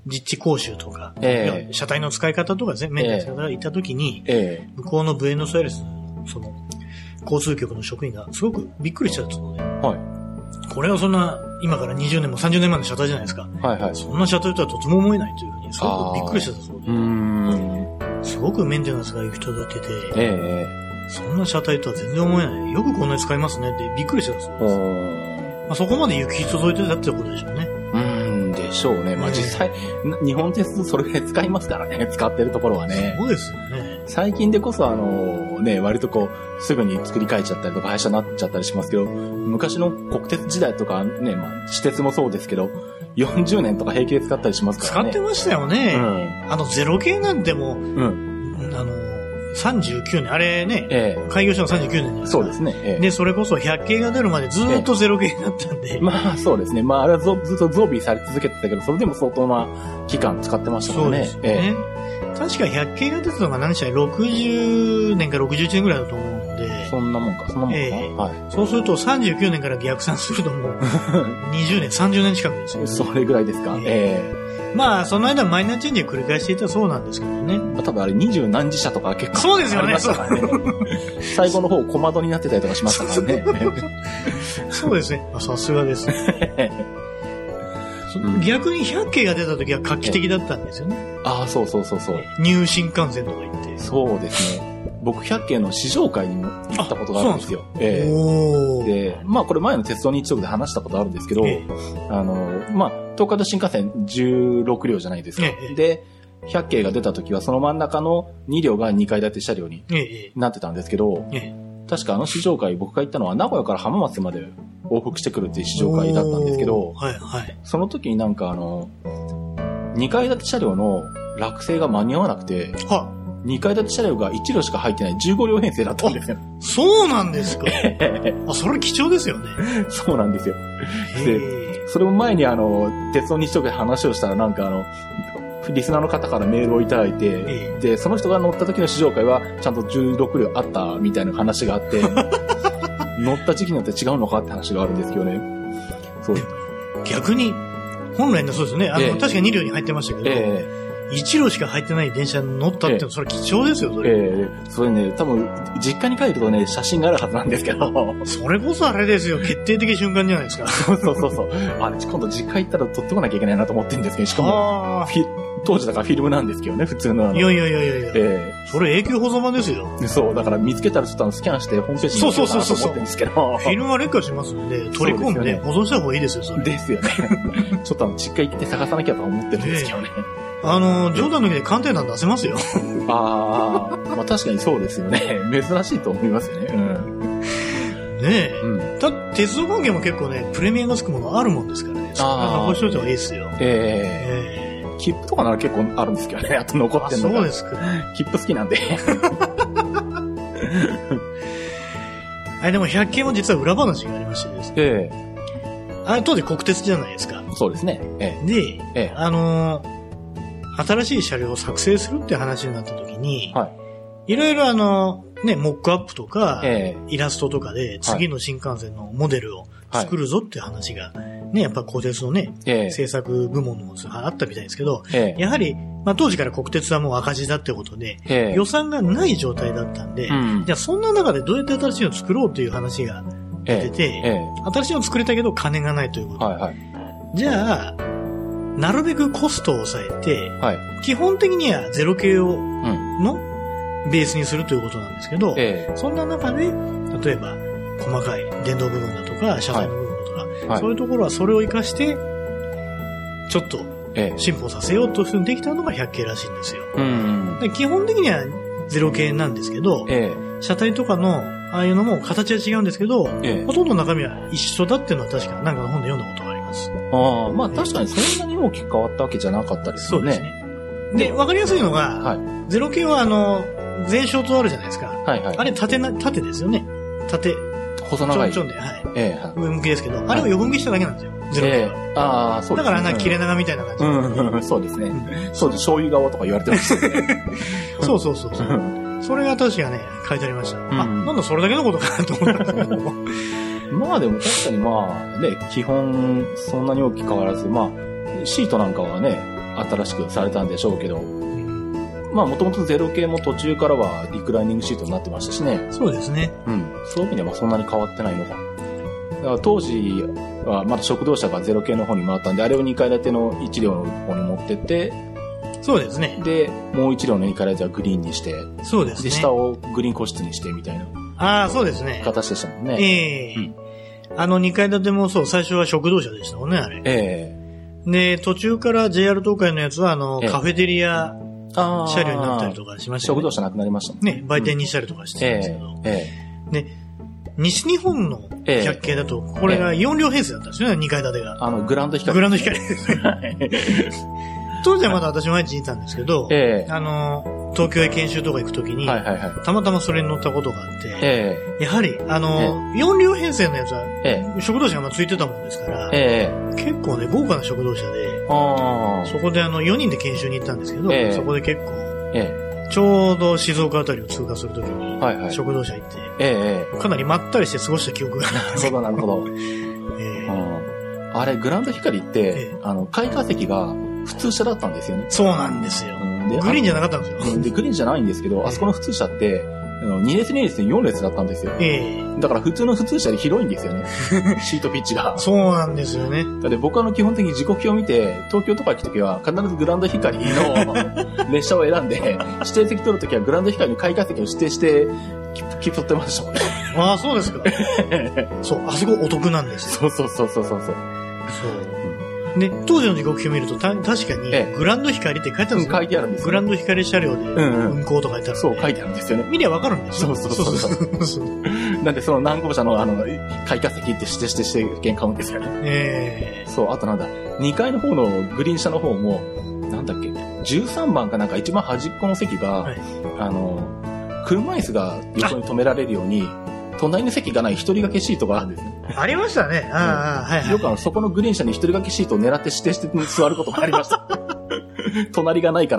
[SPEAKER 2] 実地講習とか、ええ、車体の使い方とか、メンテナンスがいた時に、ええ、向こうのブエノスアイレス、その、交通局の職員がすごくびっくりしちゃったので、はい、これはそんな、今からにじゅうねんもさんじゅうねんまえの車体じゃないですか。はいはい、そんな車体とはとても思えないというふうに、すごくびっくりしてたそうで。うーんすごくメンテナンスが行く人だけで、ええ、そんな車体とは全然思えない。よくこんなに使いますねってびっくりしてたそうです。まあ、そこまで行き届いてたってことでしょうね。
[SPEAKER 1] うーん、でしょうね。まあ実際、えー、日本鉄それで使いますからね、使ってるところはね。
[SPEAKER 2] そうですよね。
[SPEAKER 1] 最近でこそあの、ね、割とこう、すぐに作り変えちゃったりとか、廃車になっちゃったりしますけど、昔の国鉄時代とかね、まあ、私鉄もそうですけど、よんじゅうねんとか平気で使ったりしますからね。
[SPEAKER 2] 使ってましたよね。うん、あの、ゼロ系なんてもう、うん、あの、さんじゅうきゅうねん、あれね、ええ、開業したのさんじゅうきゅうねんですか。
[SPEAKER 1] そうですね。ええ、
[SPEAKER 2] で、それこそひゃっ系が出るまでずーっとゼロ系だったんで。
[SPEAKER 1] ええ、まあそうですね。まああれはずっと増備され続けてたけど、それでも相当な期間使ってましたもんね。そうですね。え
[SPEAKER 2] え、確かひゃっ系が出たのが何でしたらろくじゅうねんかろくじゅういちねんぐらいだと思うんで。
[SPEAKER 1] そんなもんか、そんなもんか。え
[SPEAKER 2] え、はい。そうするとさんじゅうきゅうねんから逆算するともうにじゅうねん、さんじゅうねん近くですよね。
[SPEAKER 1] それぐらいですか。ええ
[SPEAKER 2] えまあ、その間マイナーチェンジを繰り返していたそうなんですけどね。
[SPEAKER 1] 多分あれ二十何時車とか結構
[SPEAKER 2] そうですよね。
[SPEAKER 1] そう最後の方小窓になってたりとかしましたからね。
[SPEAKER 2] そうですね。さすがですね。逆にひゃっ系が出た時は画期的だったんですよね。
[SPEAKER 1] ああ、そうそうそうそう。
[SPEAKER 2] ニュー新幹線とか言って。
[SPEAKER 1] そうですね。僕ひゃっ系の試乗会にも行ったことがあるんですよ。えー、で、まあこれ前の鉄道日直で話したことあるんですけど、えー、あの、まあ東海道新幹線じゅうろくりょうじゃないですか。えー、で、ひゃっ系が出た時はその真ん中のにりょうがにかい建て車両になってたんですけど、えー、確かあの試乗会僕が行ったのは名古屋から浜松まで往復してくるっていう試乗会だったんですけど、はいはい、その時になんかあの、にかい建て車両の落成が間に合わなくて、はにかい建て車両がいちりょうしか入ってないじゅうごりょう編成だったんですよ。
[SPEAKER 2] そうなんですか。あ、それ貴重ですよね。
[SPEAKER 1] そうなんですよ。で、 それも前にあの、鉄道日常で話をしたらなんかあの、リスナーの方からメールをいただいて、ええ、で、その人が乗った時の試乗会はちゃんとじゅうろくりょうあったみたいな話があって、乗った時期によって違うのかって話があるんですけどね。そう。
[SPEAKER 2] 逆に、本来のそうですね。あの、ええ、確かににりょうに入ってましたけど、ええ、いちりょうしか入ってない電車に乗ったっていうのは、それ貴重ですよ、それ。
[SPEAKER 1] ええ、それね、多分、実家に帰るとね、写真があるはずなんですけど。
[SPEAKER 2] それこそあれですよ、決定的瞬間じゃないですか。
[SPEAKER 1] そうそうそうそう。あれ、今度実家行ったら撮ってこなきゃいけないなと思ってるんですけど、しかも、当時だからフィルムなんですけどね、普通の。
[SPEAKER 2] いやいやいやいやいや。え
[SPEAKER 1] え
[SPEAKER 2] ー、それ永久保存版ですよ。
[SPEAKER 1] そう、だから見つけたらちょっとスキャンしてホームページに載せようかなと思ってるんですけど。
[SPEAKER 2] そうそうそうそう。フィルムは劣化しますんで、取り込んで、ね、保存した方がいいですよ、それ。
[SPEAKER 1] ですよね。ちょっとあの、実家行って探さなきゃと思ってるんですけどね。
[SPEAKER 2] えー、あの、冗談抜きで鑑定団出せますよ。
[SPEAKER 1] ああ、まあ確かにそうですよね。珍しいと思いますよね。うん。
[SPEAKER 2] ねえ。うん。た鉄道関係も結構ね、プレミアがつくものあるもんですからね。ああ。残しといた方がいいですよ。え
[SPEAKER 1] えー。えー切符とかなら結構あるんですけどね。あと残ってんのが。
[SPEAKER 2] そうですか。
[SPEAKER 1] 切符好きなんで。
[SPEAKER 2] あれでも百景も実は裏話がありましてですね。ええあれ当時国鉄じゃないですか。
[SPEAKER 1] そうですね。え
[SPEAKER 2] えで、ええ、あのー、新しい車両を作成するって話になった時に、はい。いろいろあの、ね、モックアップとか、ええ、イラストとかで次の新幹線のモデルを作るぞっていう話が、はいね、やっぱ国鉄のね、ええ、制作部門もあったみたいですけど、ええ、やはり、まあ当時から国鉄はもう赤字だってことで、ええ、予算がない状態だったんで、うん、じゃあそんな中でどうやって新しいのを作ろうという話が出てて、ええ、新しいのを作りたいけど金がないということ。はいはい、じゃあ、なるべくコストを抑えて、はい、基本的にはゼロ系を、のベースにするということなんですけど、ええ、そんな中で、例えば細かい電動部分だとか、車体の部分、はい、そういうところはそれを活かして、ちょっと進歩させようとできたのが百系らしいんですよ。うんうん、基本的にはゼロ系なんですけど、ええ、車体とかのああいうのも形は違うんですけど、ええ、ほとんど中身は一緒だっていうのは確かなんかの本で読んだことがあります。
[SPEAKER 1] ああ、まあ確かにそんなに大きく変わったわけじゃなかったですよね。そうです
[SPEAKER 2] ね。で、わかりやすいのが、はい、ゼロ系はあの、前衝とあるじゃないですか。はいはい、あれ縦な、縦ですよね。縦。
[SPEAKER 1] 細長い。
[SPEAKER 2] ちょんちょんで、はい。ええ、上向きですけど、あれを横向きしただけなんですよ。ゼロ系は。ええ、ああ、そうですね。だからあんな切れ長みたいな感じ。
[SPEAKER 1] うん、そうですね。そうです。醤油顔とか言われてましたね。
[SPEAKER 2] そうそうそうそう。それが確かね、書いてありました。うん、あ、なんだそれだけのことかなと思ったんですけど。
[SPEAKER 1] まあでも確かにまあね、基本そんなに大きく変わらず、まあ、シートなんかはね、新しくされたんでしょうけど、まあもともとゼロ系も途中からはリクライニングシートになってましたしね。
[SPEAKER 2] そうですね。
[SPEAKER 1] うん。そういう意味ではそんなに変わってないのか。だから当時はまだ食堂車がゼロ系の方に回ったんで、あれをにかい建てのいち両の方に持ってって、
[SPEAKER 2] そうですね。
[SPEAKER 1] で、もういち両のにかい建てはグリーンにして、
[SPEAKER 2] そうですね。
[SPEAKER 1] で、下をグリーン個室にしてみたいな。
[SPEAKER 2] ああ、そうですね。
[SPEAKER 1] 形でしたもんね。
[SPEAKER 2] ええーうん、あのにかい建てもそう、最初は食堂車でしたもんね、あれ。ええー、で、途中から ジェイアール 東海のやつは、あの、えー、カフェテリア、車両になったりとかしましたね。
[SPEAKER 1] 食堂車なくなりましたもんね。
[SPEAKER 2] ね、売店にしたりとかしてたんですけど。えーえー、で、西日本の百系だと、これがよん両編成だったんですよね、にかい建てが。
[SPEAKER 1] あの、グランド光。
[SPEAKER 2] グランド光ですね。当時はまだ私毎日いたんですけど、えー、あの、東京へ研修とか行くときに、はいはいはい、たまたまそれに乗ったことがあって、えー、やはり、あの、えー、よん両編成のやつは、えー、食堂車がついてたもんですから、えー、結構ね、豪華な食堂車で、あそこであの、よにんで研修に行ったんですけど、えー、そこで結構、えー、ちょうど静岡あたりを通過するときに、はいはい、食堂車行って、えー、かなりまったりして過ごした記憶があるんです
[SPEAKER 1] よ。なるほど、なるほど。えー、あれ、グランド光って、えー、あの、開花石が、普通車だったんですよね。
[SPEAKER 2] そうなんですよ。うん、でグリーンじゃなかったんですよ。
[SPEAKER 1] で、グリーンじゃないんですけど、えー、あそこの普通車って、に列に列でよん列だったんですよ。えー、だから普通の普通車で広いんですよね。シートピッチが。
[SPEAKER 2] そうなんですよね。
[SPEAKER 1] だって僕はあの基本的に時刻表を見て、東京とか行くときは必ずグランド光の列車を選んで、指定席取るときはグランド光の開花席を指定して、切符取ってましたもんね。
[SPEAKER 2] ああ、そうですか。そう、あそこお得なんです
[SPEAKER 1] よ。そうそうそうそうそう。そう。
[SPEAKER 2] で、当時の時刻表を見ると、た、確かに、グランド光って書いてあるんですよ。
[SPEAKER 1] 書いてあるんですよ。
[SPEAKER 2] グランド光車両で運行と書いてあるんで、
[SPEAKER 1] うんうん。そう、書いてあるんですよね。
[SPEAKER 2] 見りゃわかるんですよ。
[SPEAKER 1] そうそうそうそう。なんで、その何号車の、あの、開花席って指定してして券買うんですよね。ええー。そう、あとなんだ、にかいの方のグリーン車の方も、なんだっけ、じゅうさんばんかなんか一番端っこの席が、はい、あの、車椅子が横に止められるように、 隣の席がない一人掛けシートがあるんですね。
[SPEAKER 2] ありましたね。ああ、はい、はい。
[SPEAKER 1] よくあの、そこのグリーン車に一人掛けシートを狙って指定して座ることもありました。隣がないから。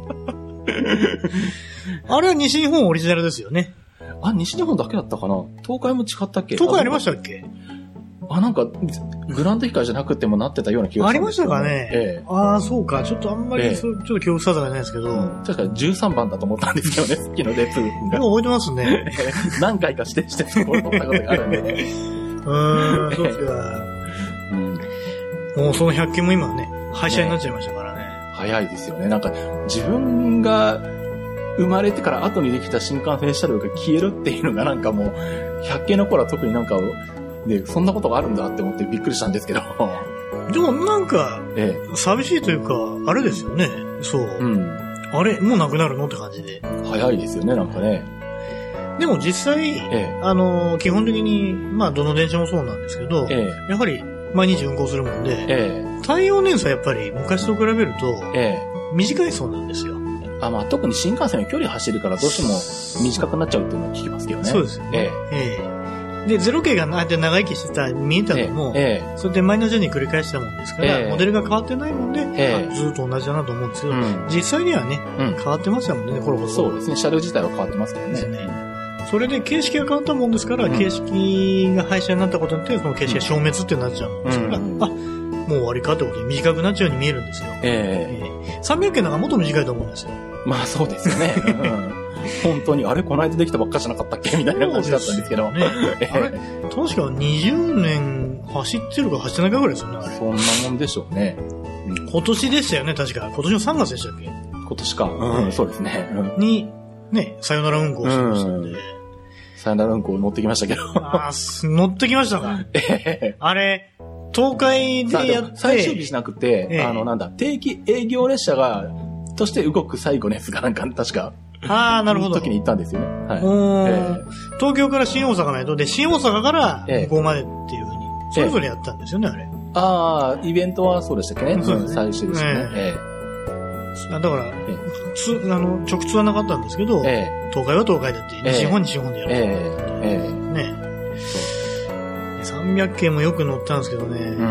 [SPEAKER 2] あれは西日本オリジナルですよね。
[SPEAKER 1] あ、西日本だけだったかな？東海も違ったっけ？
[SPEAKER 2] 東海ありましたっけ？
[SPEAKER 1] あ、なんか、グランドヒカじゃなくてもなってたような気がしたんですよ、ね。
[SPEAKER 2] ありましたかね。ええ、ああ、そうか。ちょっとあんまり、ええ、ちょっと記憶定かじゃないですけど、うん。
[SPEAKER 1] 確かにじゅうさんばんだと思ったんですけどね、好きの列が。
[SPEAKER 2] もう覚えてますね。
[SPEAKER 1] 何回か指定してそこを取ったことがあるんでね。
[SPEAKER 2] うーん、そうですか。うん。もうそのひゃっけんも今はね、廃車になっちゃいましたからね。ね、
[SPEAKER 1] 早いですよね。なんか、自分が生まれてから後にできた新幹線車両が消えるっていうのがなんかもう、ひゃっけんの頃は特になんか、で、そんなことがあるんだって思ってびっくりしたんですけど。
[SPEAKER 2] でもなんか、ええ、寂しいというか、あれですよね。そう。うん。あれ、もうなくなるのって感じで。
[SPEAKER 1] 早いですよね、なんかね。
[SPEAKER 2] でも実際、ええ、あの、基本的に、まあ、どの電車もそうなんですけど、ええ、やはり、毎日運行するもんで、ええ、耐用年数はやっぱり昔と比べると、ええ、短いそうなんですよ。
[SPEAKER 1] あ、まあ、特に新幹線の距離走るからどうしても短くなっちゃうっていうのは聞きますけどね。
[SPEAKER 2] そうですよね。ええええで、ゼロ系が長生きしてた、見えたのも、ええ、それでマイナージャーニー繰り返したもんですから、ええ、モデルが変わってないもんで、ええ、ずっと同じだなと思うんですけど、うん、実際にはね、うん、変わってましたもんね、これほど。
[SPEAKER 1] そうですね、車両自体は変わってますからね。ですね。
[SPEAKER 2] それで形式が変わったもんですから、うん、形式が廃車になったことによって、その形式が消滅ってなっちゃうんですから、うん、あ、もう終わりかってことで短くなっちゃうように見えるんですよ。ええええ、さんびゃっけんなんかもっと短いと思うんですよ。
[SPEAKER 1] まあそうですよね。うん本当に、あれこの間できたばっかじゃなかったっけみたいな感じだったんですけど。ね、
[SPEAKER 2] あれ確かにじゅうねん走ってるか走ってないかぐらいですよね、あれ。
[SPEAKER 1] そんなもんでしょうね。
[SPEAKER 2] うん、今年でしたよね、確か。今年のさんがつでしたっけ？
[SPEAKER 1] 今年か。うん、そうですね。
[SPEAKER 2] うん、に、ね、さよなら運行してましたんで。
[SPEAKER 1] さよなら運行乗ってきましたけど。
[SPEAKER 2] ああ、乗ってきましたか。あれ、東海でやって。
[SPEAKER 1] 最終日しなくて、ええ、あの、なんだ、定期営業列車が、として動く最後のやつがなんか、確か。
[SPEAKER 2] ああ、なるほど。
[SPEAKER 1] 時に行ったんですよね。はい。え
[SPEAKER 2] ー、東京から新大阪までと、で、新大阪から向こうまでっていうふうに、それぞれやったんですよね、あれ。
[SPEAKER 1] ああ、イベントはそうでしたっけね。そうですね。最終ですね。え
[SPEAKER 2] え。だから、つ、あの、直通はなかったんですけど、ええ、東海は東海だって、西日本に西日本でやる。ええ。ええ。ねえ。さんびゃっけんもよく乗ったんですけどね。うん。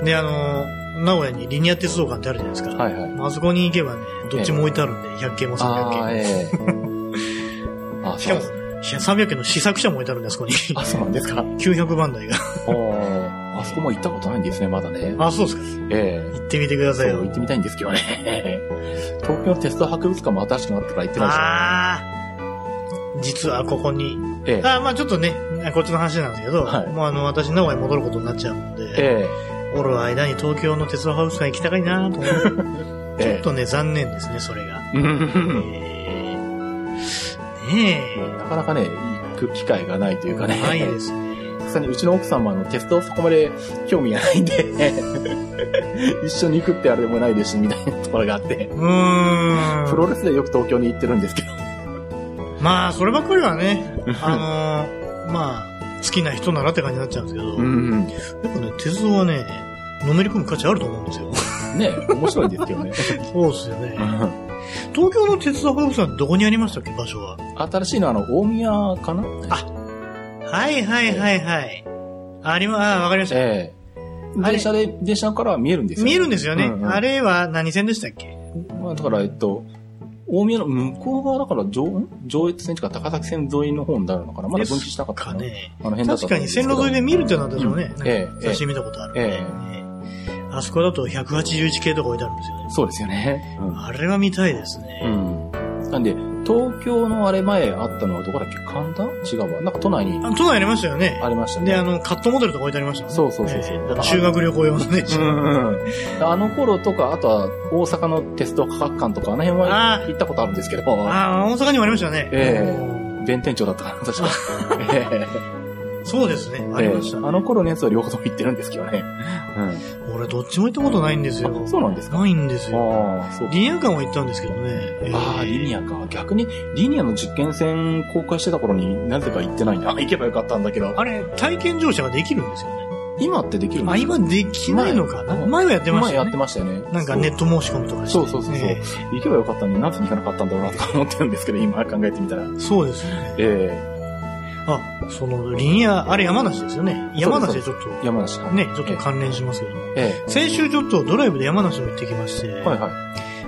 [SPEAKER 2] で、あの、名古屋にリニア鉄道館ってあるじゃないですか。はいはい。あそこに行けばね、どっちも置いてあるんで、ひゃっけんもさんびゃっけん。あ、ええ、あ、しかも、さんびゃっけんの試作車も置いてあるんで、あそこに。
[SPEAKER 1] あ、そうなんですか。
[SPEAKER 2] きゅうひゃくばんだいが。
[SPEAKER 1] ああそこも行ったことないんですね、まだね。
[SPEAKER 2] あ、そうですか。ええ。行ってみてくださいよ。
[SPEAKER 1] そう、行ってみたいんですけどね。東京鉄道博物館も新しくなってから行ってないですよ。ああ。
[SPEAKER 2] 実はここに。ええ。あまあちょっとね、こっちの話なんですけど、はい、もうあの、私、名古屋に戻ることになっちゃうので、ええ。おる間に東京の鉄道博物館行きたかいなと思って。ちょっとね、残念ですね、それが。えー、
[SPEAKER 1] ねえ。なかなかね、行く機会がないというかね。
[SPEAKER 2] ないですね。
[SPEAKER 1] さすがにうちの奥様の鉄道そこまで興味がないんで、一緒に行くってあれでもないですし、みたいなところがあって。うーん。プロレスでよく東京に行ってるんですけど。
[SPEAKER 2] まあ、そればっかりはね、あのー、まあ、好きな人ならって感じになっちゃうんですけど、うん、やっぱね、鉄道はね、のめり込む価値あると思うんですよ。
[SPEAKER 1] ねえ、面白いですけどね。
[SPEAKER 2] そうですよね。東京の鉄道博物館どこにありましたっけ、場所は。
[SPEAKER 1] 新しいのはあの、大宮かな
[SPEAKER 2] あ、はいはいはいはい。ありま、あ、わかりました。え
[SPEAKER 1] え。電車で、電車から見えるんですよ
[SPEAKER 2] ね。見えるんですよね。うんうん、あれは何線でしたっけ？
[SPEAKER 1] まあ、だから、えっと、大宮の向こう側だから上、上越線とか高崎線沿いの方になるのかな。まだ分岐しなかったかな。ね、
[SPEAKER 2] あの辺だった確かに線路沿いで見るってなったでしょうね。うん、ええ。写真見たことある、ね。ええ。あそこだとひゃくはちじゅういち系とか置いてあるんですよね。
[SPEAKER 1] そうですよね。
[SPEAKER 2] うん、あれは見たいですね。うん。
[SPEAKER 1] なんで、東京のあれ前あったのはどこだっけ？神田？違うわ。なんか都内に。
[SPEAKER 2] あ、都内ありましたよね。
[SPEAKER 1] ありましたね。
[SPEAKER 2] で、あの、カットモデルとか置いてありましたね。
[SPEAKER 1] そうそうそうそう、え
[SPEAKER 2] ー。修学旅行用のね。うん
[SPEAKER 1] うん。あの頃とか、あとは大阪の鉄道科学館とか、あの辺は行ったことあるんですけど。
[SPEAKER 2] ああ、大阪にもありましたね。
[SPEAKER 1] ええー。弁天町だったかな、確か。ええー。
[SPEAKER 2] そうですね。ありました、ね
[SPEAKER 1] えー。あの頃のやつは両方とも行ってるんですけどね。
[SPEAKER 2] うん。俺どっちも行ったことないんですよ。
[SPEAKER 1] そうなんですか？
[SPEAKER 2] ないんですよ。ああ、そう。リニア間は行ったんですけどね。
[SPEAKER 1] えー、ああ、リニアか。逆に、リニアの実験線公開してた頃になぜか行ってないんだ。あ、行けばよかったんだけど。
[SPEAKER 2] あれ、体験乗車ができるんですよね。
[SPEAKER 1] 今ってできるんですか？
[SPEAKER 2] あ、今できないのかな？前, 前はやってましたよね。
[SPEAKER 1] 前やってましたよね。
[SPEAKER 2] なんかネット申し込みとかして。
[SPEAKER 1] そうそうそうそう、えー。行けばよかったのになぜに行かなかったんだろうなとか思ってるんですけど、今考えてみたら。
[SPEAKER 2] そうですね。ええーあ、その、リニア、あれ山梨ですよね。山梨でちょっと、
[SPEAKER 1] 山梨、
[SPEAKER 2] ね、ちょっと関連しますけども。
[SPEAKER 1] ええ、
[SPEAKER 2] 先週ちょっとドライブで山梨を行ってきまして、
[SPEAKER 1] はいはい。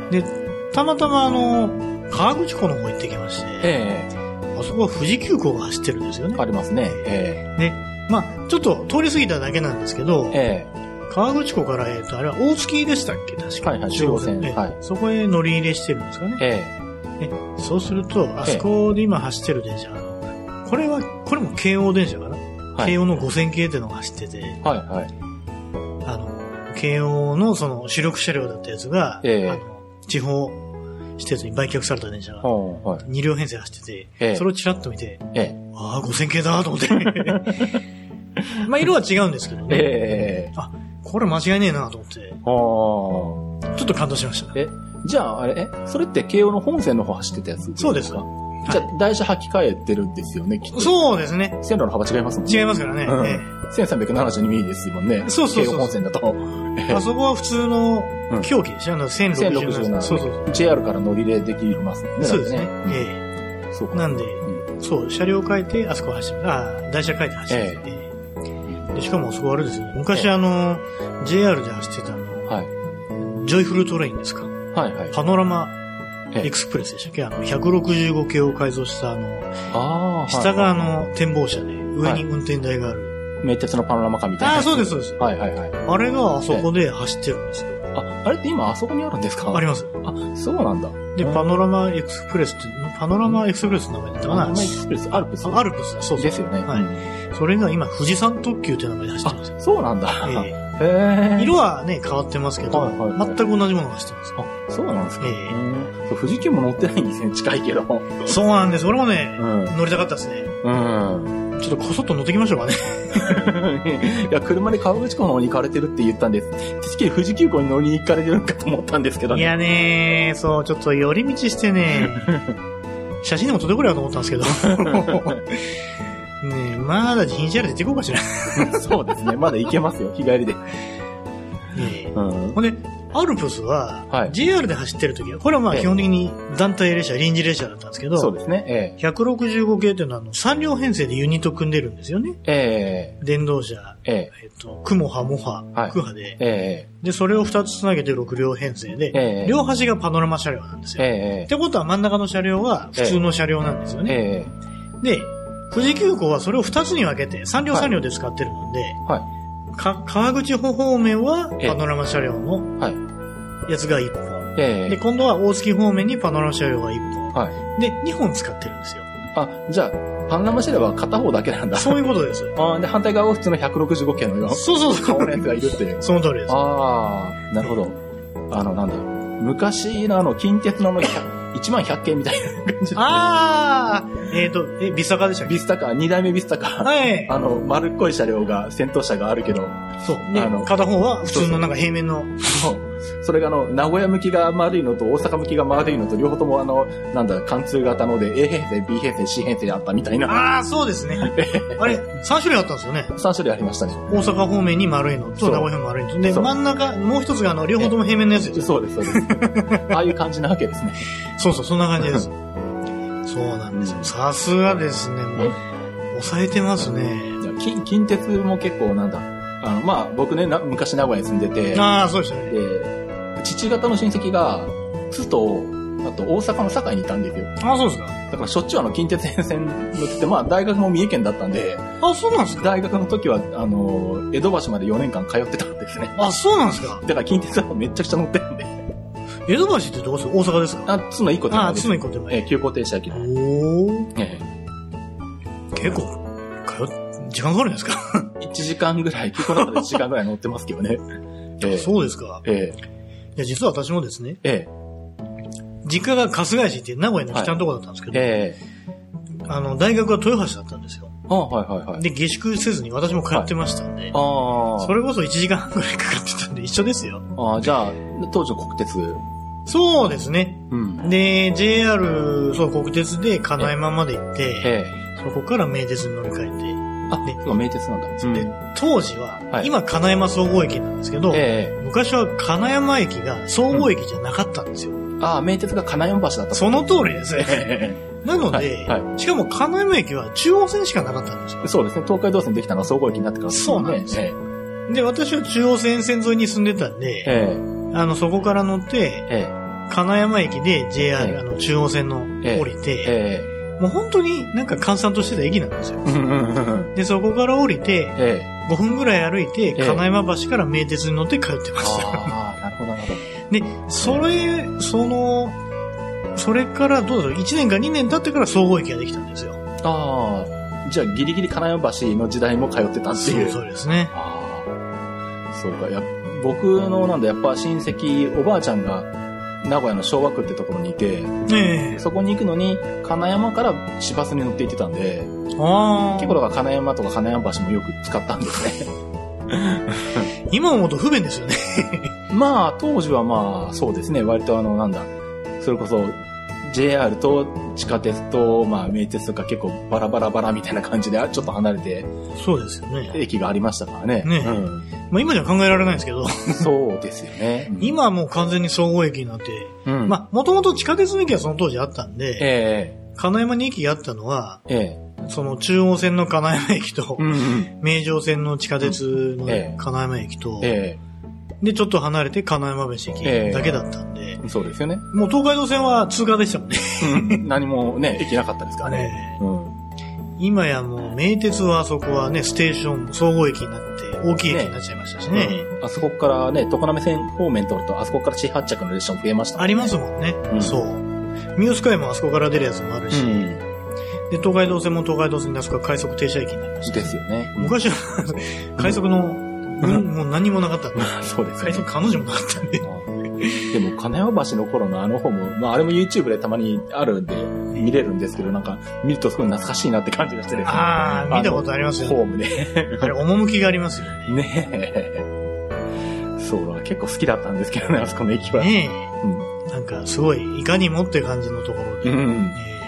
[SPEAKER 2] で、たまたまあの、河口湖の方行ってきまして、ええ、あそこは富士急行が走ってるんですよね。
[SPEAKER 1] ありますね。え
[SPEAKER 2] え、で、まあちょっと通り過ぎただけなんですけど、ええ、河口湖から、えっと、あれは大月でしたっけ確か。
[SPEAKER 1] はいはい、中央線。
[SPEAKER 2] はい。そこへ乗り入れしてるんですかね。ええ。そうすると、あそこで今走ってる電車、あの、これは、これも京王電車かな、はい、京王のごせん系っていうのが走ってて、はいはい。あの、京王のその主力車両だったやつが、ええ、あの、地方施設に売却された電車が、はい、に両編成走ってて、ええ、それをチラッと見て、ええ、ああ、ごせん系だと思って。まあ、色は違うんですけどね。ええ、あ、これ間違いねえなと思って。ああ。ちょっと感動しました。
[SPEAKER 1] え、じゃあ、あれ、え、それって慶応の本線の方走ってたやつですか？
[SPEAKER 2] そうですか。
[SPEAKER 1] じゃあ、台車履き替えてるんですよね、きっと。
[SPEAKER 2] そうですね。
[SPEAKER 1] 線路の幅違いますもん
[SPEAKER 2] ね。違いますからね。うん、
[SPEAKER 1] ええ、せんさんびゃくななじゅうにミリですもんね。
[SPEAKER 2] そうそうそう。
[SPEAKER 1] 慶応本線だと。
[SPEAKER 2] あそこは普通の狂気でしょ、うん、あの、せんろくじゅうなな。せんろくじゅうなな。そうそうそう。
[SPEAKER 1] ジェイアール から乗り入れできますもんね。
[SPEAKER 2] そうですね。ええ。そうか。なんで、うん、そう、車両変えて、あそこ走る。ああ、台車変えて走る。ええ。で、しかもあそこあれですね。昔あの、ジェイアール で走ってたの、はい、ジョイフルトレインですか。はいはい。パノラマエクスプレスでしたっけ、あの、ひゃくろくじゅうご系を改造したあの、あ下があの、展望車で、上に運転台がある。
[SPEAKER 1] はい、名鉄のパノラマカみたいな。
[SPEAKER 2] ああ、そうですそうです。
[SPEAKER 1] はいはいはい。
[SPEAKER 2] あれがあそこで走ってるんですよ。
[SPEAKER 1] あ、あれって今あそこにあるんですか？
[SPEAKER 2] あります。
[SPEAKER 1] あ、そうなんだ。
[SPEAKER 2] で、パノラマエクスプレスって、パノラマエクスプレスの名前だったかな？
[SPEAKER 1] パノラマエクスプレス、アルプス。
[SPEAKER 2] アルプスだ、そうそう。
[SPEAKER 1] ですよね。はい。
[SPEAKER 2] それが今、富士山特急って名前で走ってますよ。
[SPEAKER 1] そうなんだ。
[SPEAKER 2] ええ。へえ。色はね、変わってますけど、はいはいはい、全く同じものが走ってます。
[SPEAKER 1] あ、そうなんですか。ええ。そう、富士急も乗ってないんですね、近いけど。
[SPEAKER 2] そうなんです。俺もね、うん、乗りたかったですね。うん。ちょっとこそっと乗ってきましょうかね。
[SPEAKER 1] いや、車で河口湖の方に行かれてるって言ったんです。てっきり富士急行に乗りに行かれてるのかと思ったんですけどね。
[SPEAKER 2] いやねー、そう、ちょっと寄り道してね、写真でも撮ってくれよと思ったんですけど。ねえ、まだ人車で出てこうかしら。
[SPEAKER 1] そうですね。まだ行けますよ、日帰りで。
[SPEAKER 2] ええ。うん、ほんで、アルプスは、はい、ジェイアール で走ってる時は、これはまあ基本的に団体列車、臨時列車だったんですけど、
[SPEAKER 1] そうですね。ええ、
[SPEAKER 2] ひゃくろくじゅうご系っていうのはあのさん両編成でユニット組んでるんですよね。ええ、電動車、えええっと、クモハ、モハ、はい、クハで、ええ、で、それをふたつつなげてろく両編成で、ええ、両端がパノラマ車両なんですよ。ええ、ってことは真ん中の車両は普通の車両なんですよね。ええ、で、富士急行はそれをふたつに分けてさん両さん両で使ってるので、はいはい、か川口方方面はパノラマ車両のやつがいっぽん、ええ、で今度は大月方面にパノラマ車両がいっぽん、はい、でにほん使ってるんですよ。
[SPEAKER 1] あ、じゃあパノラマ車両は片方だけなんだ。
[SPEAKER 2] そういうことです。
[SPEAKER 1] あ、で反対側は普通のひゃくろくじゅうご系のよ。
[SPEAKER 2] そうそうそう。
[SPEAKER 1] 顔のやつがいるっていう。
[SPEAKER 2] その通りです。
[SPEAKER 1] ああ、なるほど。あのなんだ昔のあの近鉄のあのいちまんひゃく系みたいな感じ。
[SPEAKER 2] ああ、えっ、ー、と、え、ビスタカでしたっけ？
[SPEAKER 1] ビスタカ、二代目ビスタカ。はい。あの、丸っこい車両が、先頭車があるけど。
[SPEAKER 2] そう。で、あの、片方は普通のなんか平面の。
[SPEAKER 1] そう。それがあの、名古屋向きが丸いのと大阪向きが丸いのと、両方ともあの、なんだ、貫通型ので A 編成、B 編成、C 編成あったみたいな。
[SPEAKER 2] ああ、そうですね。あれ、さん種類あったんですよね。
[SPEAKER 1] さん種類ありましたね。
[SPEAKER 2] 大阪方面に丸いのと、名古屋方面丸いのと。で、真ん中、もう一つがあの、両方とも平面のやつです。
[SPEAKER 1] そうです、そうです。ああいう感じなわけですね。
[SPEAKER 2] そうそう、そんな感じです。そうなんですよ。さすがですね。もう、抑えてますね。
[SPEAKER 1] 近、近鉄も結構なんだ。あの、まあ、僕ね、な昔名古屋に住んでて。
[SPEAKER 2] ああ、そうでしたね。
[SPEAKER 1] で、父方の親戚が、津と、あと大阪の堺にいたんですよ。
[SPEAKER 2] ああ、そうですか。
[SPEAKER 1] だからしょっちゅうあの、近鉄沿線乗ってて、まあ、大学も三重県だったんで。
[SPEAKER 2] あ、そうなんですか。
[SPEAKER 1] 大学の時は、あの、江戸橋までよねんかん通ってたんですね。
[SPEAKER 2] あ、そうなんですか。
[SPEAKER 1] だから近鉄はめっちゃくちゃ乗ってるんで。
[SPEAKER 2] 江戸橋ってどこですか？大阪ですか？
[SPEAKER 1] あ、津の一個手前です。
[SPEAKER 2] あ、津の一個手前。
[SPEAKER 1] えー、急行停車駅の。
[SPEAKER 2] おー。えー、結構、通っ、時間かかるんですか？
[SPEAKER 1] いちじかんぐらい、急行だったらいちじかんぐらい乗ってますけどね。
[SPEAKER 2] えー、そうですか。ええー。いや、実は私もですね。ええー。実家が春日井市って名古屋の北のところだったんですけど。はい、ええー。あの、大学は豊橋だったんですよ。
[SPEAKER 1] ああ、はいはいはい。
[SPEAKER 2] で、下宿せずに私も通ってましたんで。はい、ああ。それこそいちじかんはんぐらいかかってたんで一緒ですよ。
[SPEAKER 1] ああ、じゃあ、当時の国鉄。
[SPEAKER 2] そうですね。うん、で、ジェイアール、そう、国鉄で金山まで行って、ええ、そこから名鉄に乗り換えて。
[SPEAKER 1] あ、で、名鉄なんだ。
[SPEAKER 2] で、うん、当時は、はい、今金山総合駅なんですけど、ええ、昔は金山駅が総合駅じゃなかったんですよ。
[SPEAKER 1] うん、ああ、名鉄が金山橋だった。
[SPEAKER 2] その通りですね。 なので、はいはい、しかも金山駅は中央線しかなかったんですよ。
[SPEAKER 1] そうですね。東海道線できたのは総合駅になってからですね。
[SPEAKER 2] そうなんですね。ええ、で、私は中央線線沿いに住んでたんで、ええ、あの、そこから乗って、ええ、金山駅で ジェイアール、ええ、あの、中央線の降りて、ええ、もう本当になんか閑散としてた駅なんですよ。で、そこから降りて、ええ、ごふんぐらい歩いて、金山橋から名鉄に乗って通ってました。
[SPEAKER 1] ああ、なるほど、なるほど。
[SPEAKER 2] で、それ、その、それからどうだろう、いちねんかにねん経ってから総合駅ができたんですよ。
[SPEAKER 1] ああ、じゃあギリギリ金山橋の時代も通ってたっていう。
[SPEAKER 2] そう、そうですね。
[SPEAKER 1] ああ、そうか。や僕のなんだ、やっぱ親戚、おばあちゃんが名古屋の昭和区ってところにいて、えー、そこに行くのに金山から市バスに乗って行ってたんで、あ結構だから金山とか金山橋もよく使ったんですね。
[SPEAKER 2] 今思うと不便ですよね。
[SPEAKER 1] まあ、当時はまあ、そうですね。割とあの、なんだ、それこそ、ジェイアール と地下鉄と、まあ、名鉄とか結構バラバラバラみたいな感じで、ちょっと離れて、
[SPEAKER 2] そうですよね。
[SPEAKER 1] 駅がありましたからね。
[SPEAKER 2] ね、うん、まあ今じゃ考えられないんですけど。
[SPEAKER 1] そうですよね。
[SPEAKER 2] うん、今はもう完全に総合駅になって、うん、まあ、もともと地下鉄の駅はその当時あったんで、えー、金山に駅があったのは、えー、その中央線の金山駅と、うんうん、名城線の地下鉄の金山駅と、えーで、ちょっと離れて金山橋駅だけだったんで、え
[SPEAKER 1] ー。そうですよね。
[SPEAKER 2] もう東海道線は通過でしたもんね。
[SPEAKER 1] うん、何もね、駅なかったですからね。ねうん、
[SPEAKER 2] 今やもう名鉄はあそこはね、ステーション、総合駅になって大きい駅になっちゃいましたしね。ね
[SPEAKER 1] うん、あそこからね、常滑線方面通ると、あそこから始発着の列車も増えましたね。
[SPEAKER 2] ありますもんね。うん、そう。ミュースカイもあそこから出るやつもあるし、うん、で、東海道線も東海道線であそこは快速停車駅になりました。
[SPEAKER 1] ですよね。
[SPEAKER 2] 昔は快速の、うん、もう何もなかったんで。
[SPEAKER 1] そうですね。
[SPEAKER 2] 快速彼女もなかったんで。
[SPEAKER 1] でも、金山橋の頃のあのホーム、まあ、あれも YouTube でたまにあるんで、見れるんですけど、なんか、見るとすごい懐かしいなって感じがしてですね。
[SPEAKER 2] ああ、見たことありますよね。
[SPEAKER 1] ホームで。
[SPEAKER 2] あれ、趣がありますよね。
[SPEAKER 1] ねえ。そうだ、結構好きだったんですけどね、あそこの駅は。
[SPEAKER 2] ねえ。うん、なんか、すごい、いかにもって感じのところで。うん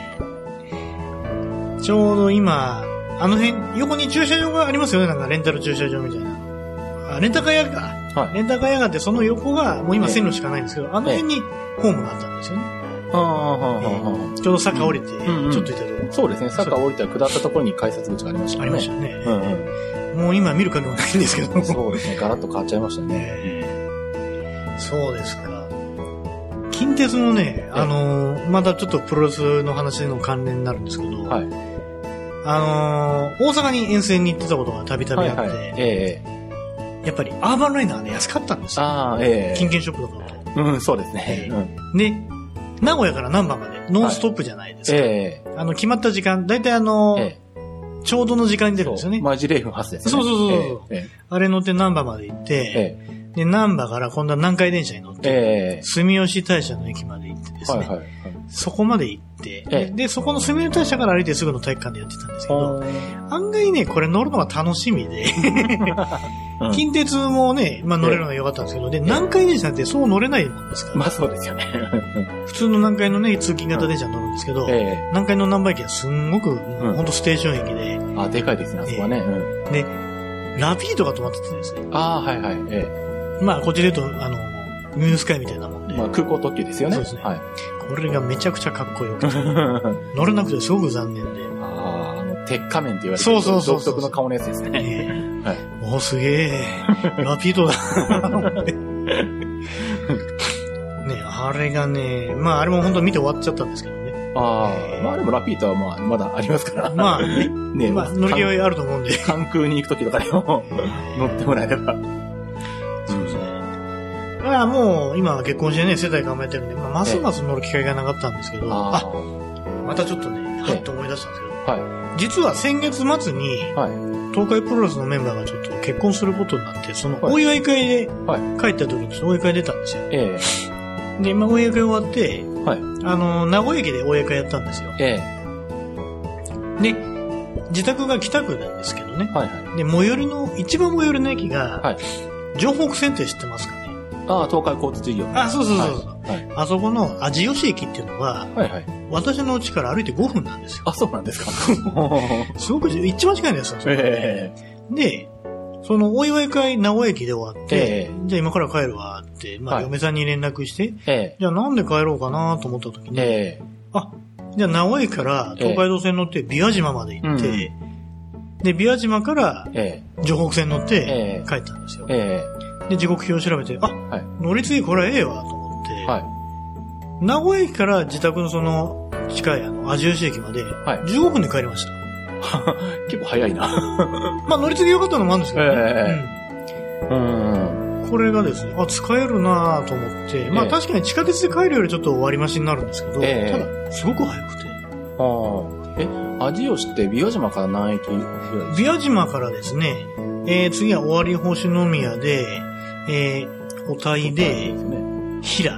[SPEAKER 2] えー、ちょうど今、あの辺、横に駐車場がありますよね、なんかレンタル駐車場みたいな。あ、レンタカー屋か。はい、レンタカー屋があって、その横が、もう今線路しかないんですけど、えー、あの辺にホームがあったんですよね。ああ、はあ、はあ。ちょうど坂降りて、ちょっと行ったところ。
[SPEAKER 1] そうですね、坂降りて下ったところに改札口がありましたね。
[SPEAKER 2] ありましたね。うんうん、もう今見る影もないんですけど。
[SPEAKER 1] そうですね、ガラッと変わっちゃいましたね。
[SPEAKER 2] えー、そうですか。近鉄のね、あのー、まだちょっとプロレスの話の関連になるんですけど、はい、あのー、大阪に遠征に行ってたことがたびたびあって、はいはいえーやっぱりアーバンライナーね、安かったんですよ。ああ、ええー。金券ショップだと。
[SPEAKER 1] うん、そうですね。
[SPEAKER 2] うん、で、名古屋から難波までノンストップじゃないですか。はい、ええー。あの、決まった時間、だいたいあの、えー、ちょうどの時間に出るんですよね。
[SPEAKER 1] マジゼロふん発ですね。
[SPEAKER 2] そうそうそうそう、えーえー。あれ乗って難波まで行って、えー、で、難波から今度は南海電車に乗って、えー、住吉大社の駅まで行ってですね。はいはいはい、そこまで行って、えー、で、そこの住吉大社から歩いてすぐの体育館でやってたんですけど、案外ね、これ乗るのが楽しみで、うん、近鉄もね、まあ乗れるのが良かったんですけど、で、南海電車ってそう乗れないもんですから。
[SPEAKER 1] まあそうですよね。
[SPEAKER 2] 普通の南海のね、通勤型電車乗るんですけど、うんええ、南海の難波駅はすんごく、うん、ほんとステーション駅で。
[SPEAKER 1] あ、でかいですね、あそこはね。
[SPEAKER 2] うん、で、ラピードが止まっててですね。
[SPEAKER 1] ああ、はいはい。え
[SPEAKER 2] え、まあ、こっちで言うと、あの、ミュースカイみたいなもんで。
[SPEAKER 1] まあ、空港特急ですよね。
[SPEAKER 2] そうですね。はい。これがめちゃくちゃかっこよくて。乗れなくてすごく残念で。
[SPEAKER 1] ああ、あの、鉄仮面って言われてる。
[SPEAKER 2] そうそうそう。
[SPEAKER 1] 独特の顔のやつですね。
[SPEAKER 2] えー、はい。おー、すげえ。ラピードだ。ね、あれがね、まあ、あれも本当見て終わっちゃったんですけどね。
[SPEAKER 1] ああ、えー、まあでもラピートはまあ、まだありますから。
[SPEAKER 2] まあね。ね、まあ、乗り気はあると思うんで。
[SPEAKER 1] 関空に行くときとかでも乗ってもらえれば。
[SPEAKER 2] そうですね。だからもう、今は結婚してね、世帯考えてるんで、まあ、ますます乗る機会がなかったんですけど、ああ、またちょっとね、はっと思い出したんですけど、はい、実は先月末に、はい、東海プロレスのメンバーがちょっと結婚することになって、そのお祝い会で帰った時にちょっとお祝い会出たんですよ。ええ、で、今お祝い会終わって、はい、あの、名古屋駅でお祝い会やったんですよ。ええ、で、自宅が北区なんですけどね。はいはい、で、最寄りの、一番最寄りの駅が、はい、城北線って知ってますかね？
[SPEAKER 1] ああ、東海交通事業。
[SPEAKER 2] あ、そうそうそうそう、はいはい。あそこの味吉駅っていうのは、はいはい、私の家から歩いてごふんなんですよ。
[SPEAKER 1] あ、そうなんですか。
[SPEAKER 2] すごく、一番近いんですよ。えー、で、そのお祝い会、名古屋駅で終わって、えー、じゃあ今から帰るわって、まあ、はい、嫁さんに連絡して、えー、じゃあなんで帰ろうかなと思った時に、えー、あ、 じゃあ、名古屋駅から東海道線乗って、琵琶島まで行って、えー、で、琵琶島から、城北線乗って帰ったんですよ。えー、で、時刻表を調べて、あ、はい、乗り継ぎこれはええわ、と思って、はい、名古屋駅から自宅のその、近いあの、味吉駅まで、じゅうごふんで帰りました。
[SPEAKER 1] はい、結構早いな。
[SPEAKER 2] まあ、乗り継ぎ良かったのもあるんですけどね。
[SPEAKER 1] えー、うん。
[SPEAKER 2] うん。これがですね、あ、使えるなぁと思って、まあ、確かに地下鉄で帰るよりちょっと割増になるんですけど、えー、ただ、すごく早くて。
[SPEAKER 1] ああ。え、味吉って琵琶島から何駅ぐらいです
[SPEAKER 2] か？琵琶島からですね、えー、次は尾張星宮で、えー、小田井で、平、うん、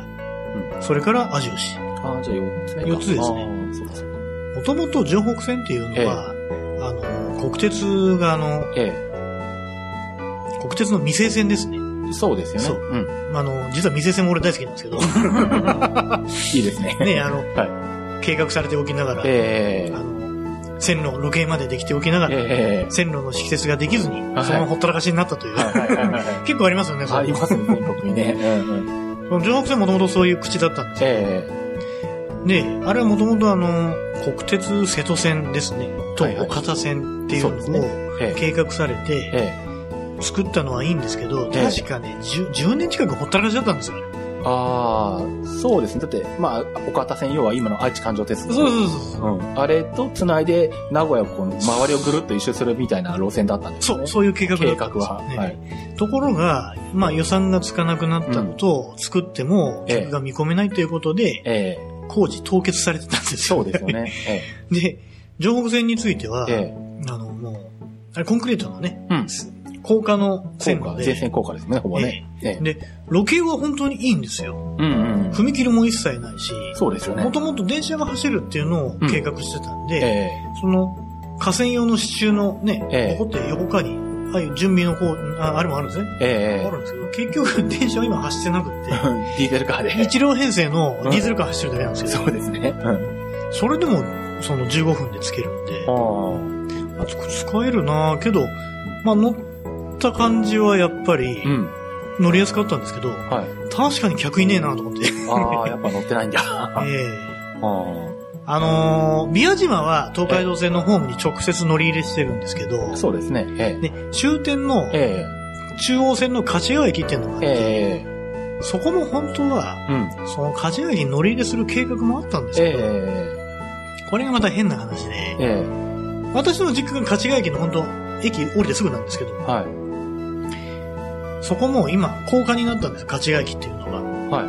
[SPEAKER 2] それから味吉。
[SPEAKER 1] ああ、じゃあよっつね。
[SPEAKER 2] よっつですね。そうです。もともと城北線っていうのは、えー、あの、国鉄があの、えー、国鉄の未成線ですね。
[SPEAKER 1] そうですよね。そう。
[SPEAKER 2] うん。あの、実は未成線も俺大好きなんですけど。
[SPEAKER 1] いいですね。
[SPEAKER 2] ね、あの、はい、計画されておきながら、えー、あの線路、路径までできておきながら、えー、線路の敷設ができずに、はい、そのままほったらかしになったという。結構ありますよね、
[SPEAKER 1] ありますね、全国にね。
[SPEAKER 2] うんうん、城北線もともとそういう口だったんですけど、えー、で、あれはもともとあの、国鉄瀬戸線ですね、と岡田線っていうのを計画されて、えー作ったのはいいんですけど、確かね、じゅう, じゅうねん近くほったらかしだったんですよ、ね。
[SPEAKER 1] ああ、そうですね。だって、まあ、岡田線、要は今の愛知環状鉄道。
[SPEAKER 2] そうそうそうそう、
[SPEAKER 1] うん。あれと繋いで、名古屋をこう、周りをぐるっと一周するみたいな路線だったんですよね。
[SPEAKER 2] そう、そういう計画だったんですよ、ね。計画は。はい。ところが、まあ予算がつかなくなったのと、うん、作っても客が見込めないということで、ええ、工事凍結されてたんですよ、
[SPEAKER 1] ね。そうですよね。え
[SPEAKER 2] え、で、城北線については、ええ、あの、もう、あれコンクリートのね、うん高架の線路で。
[SPEAKER 1] 全線高架ですね、ほぼね。
[SPEAKER 2] ええ、で、路径は本当にいいんですよ。うんうん、踏切も一切ないし、
[SPEAKER 1] そうですよね。
[SPEAKER 2] もともと電車が走るっていうのを計画してたんで、うんえー、その、河川用の支柱のね、えー、ここって横側に、ああいう準備のこう、あ、あれもあるんですね。えー、あるんですけど、結局電車は今走ってなくって、
[SPEAKER 1] ディーゼルカーで。
[SPEAKER 2] 一両編成のディーゼルカー走ってるだけなんですよ。
[SPEAKER 1] うん、そうですね。うん、
[SPEAKER 2] それでも、そのじゅうごふんでつけるんで、ああ使えるなぁけど、まあ乗った感じはやっぱり、乗りやすかったんですけど、うんはい、確かに客いねえなと思って。
[SPEAKER 1] ああ、やっぱ乗ってないんだ。え
[SPEAKER 2] えー、あ, あのー、宮島は東海道線のホームに直接乗り入れしてるんですけど、
[SPEAKER 1] そうですね。え
[SPEAKER 2] ー、で終点の、えー、中央線の柏川駅っていうのがあって、えー、そこも本当は、うん、その柏川駅に乗り入れする計画もあったんですけど、えー、これがまた変な話で、えー、私の実家が柏川駅の本当駅降りてすぐなんですけど、はい、そこも今高架になったんですよ、柏川駅っていうのが。はい。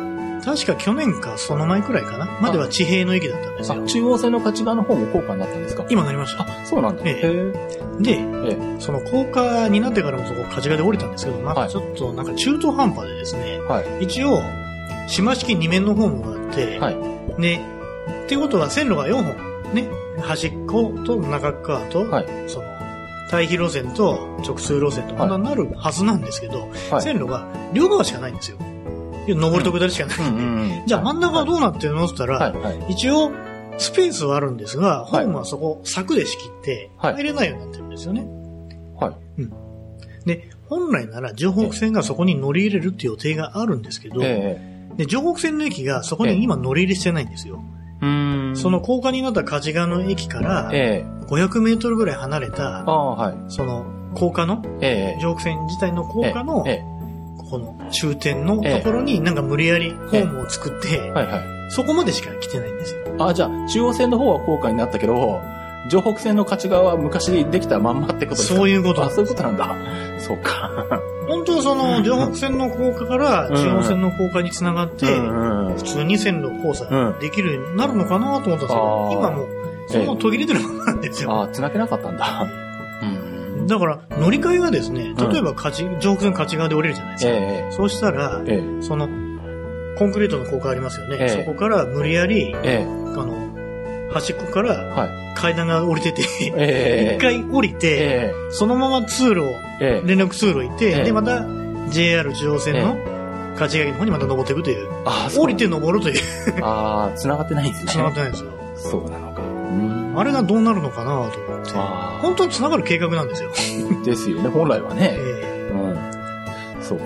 [SPEAKER 2] 確か去年かその前くらいかなまでは地平の駅だったんですよ。
[SPEAKER 1] 中央線の柏の方も高架になったんですか？
[SPEAKER 2] 今なりました。
[SPEAKER 1] あ、そうなんだ。え
[SPEAKER 2] え、で、ええ、その高架になってからもそこ柏で降りたんですけど、まだちょっとなんか中途半端でですね、はい、一応島式に面のホームがあって、はい、ね、っていうことは線路がよんほんね、端っこと中側と、はい、その対比路線と直通路線とこんなになるはずなんですけど、はい、線路が両側しかないんですよ。上りと下りしかないんで、うんうんうん、じゃあ真ん中はどうなってるのって言ったら、はいはい、一応スペースはあるんですが、ホームはそこ柵で仕切って入れないようになってるんですよね。はい。うん。で、本来なら城北線がそこに乗り入れるっていう予定があるんですけど、えー、で城北線の駅がそこに今乗り入れしてないんですよ。えー、その高架になった梶賀の駅からごひゃくメートルぐらい離れた、えーはい、その高架の、えー、城北線自体の高架の、えーえーこの終点のところになんか無理やりホームを作って、はいはい、そこまでしか来てないんですよ。
[SPEAKER 1] あ、じゃあ中央線の方は高架になったけど、城北線の勝川は昔できたまんまってことですか？
[SPEAKER 2] そういうこと。
[SPEAKER 1] あ、そういうことなんだ。そうか。
[SPEAKER 2] 本当はその城北線の高架から中央線の高架につながって、うんうん、普通に線路交差できるようになるのかなと思ったんですけど、うん、今もうその途切れてるままなんですよ。
[SPEAKER 1] あ、繋げなかったんだ。
[SPEAKER 2] だから、乗り換えがですね、例えば、城北線勝川で降りるじゃないですか。えー、そうしたら、えー、その、コンクリートの高架ありますよね。えー、そこから無理やり、えー、あの、端っこから階段が降りてて、えー、一回降りて、えー、そのまま通路を、えー、連絡通路行って、えー、で、また ジェイアール 中央線の勝川駅の方にまた登っていくという。あ降りて登るという。
[SPEAKER 1] ああ、繋がってないんですね。
[SPEAKER 2] 繋がってないんですよ。
[SPEAKER 1] そうなのか。
[SPEAKER 2] あれがどうなるのかなと思って。本当に繋がる計画なんですよ。
[SPEAKER 1] ですよね、本来はね。えー、うん。そうか。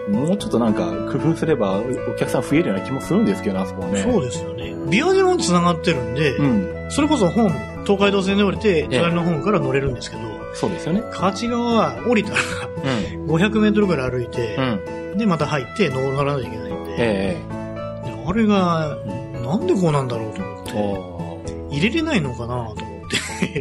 [SPEAKER 1] もうちょっとなんか工夫すればお客さん増えるような気もするんですけどね、あそこはね。
[SPEAKER 2] そうですよね。琵琶島も繋がってるんで、うん、それこそホーム、東海道線で降りて、隣のホームから乗れるんですけど、そうですよね。勝川は降りたら、うん、ごひゃくメートルぐらい歩いて、うん、で、また入って乗らないといけないんで、えー、あれが、なんでこうなんだろうと思って、入れれないのかなと思って。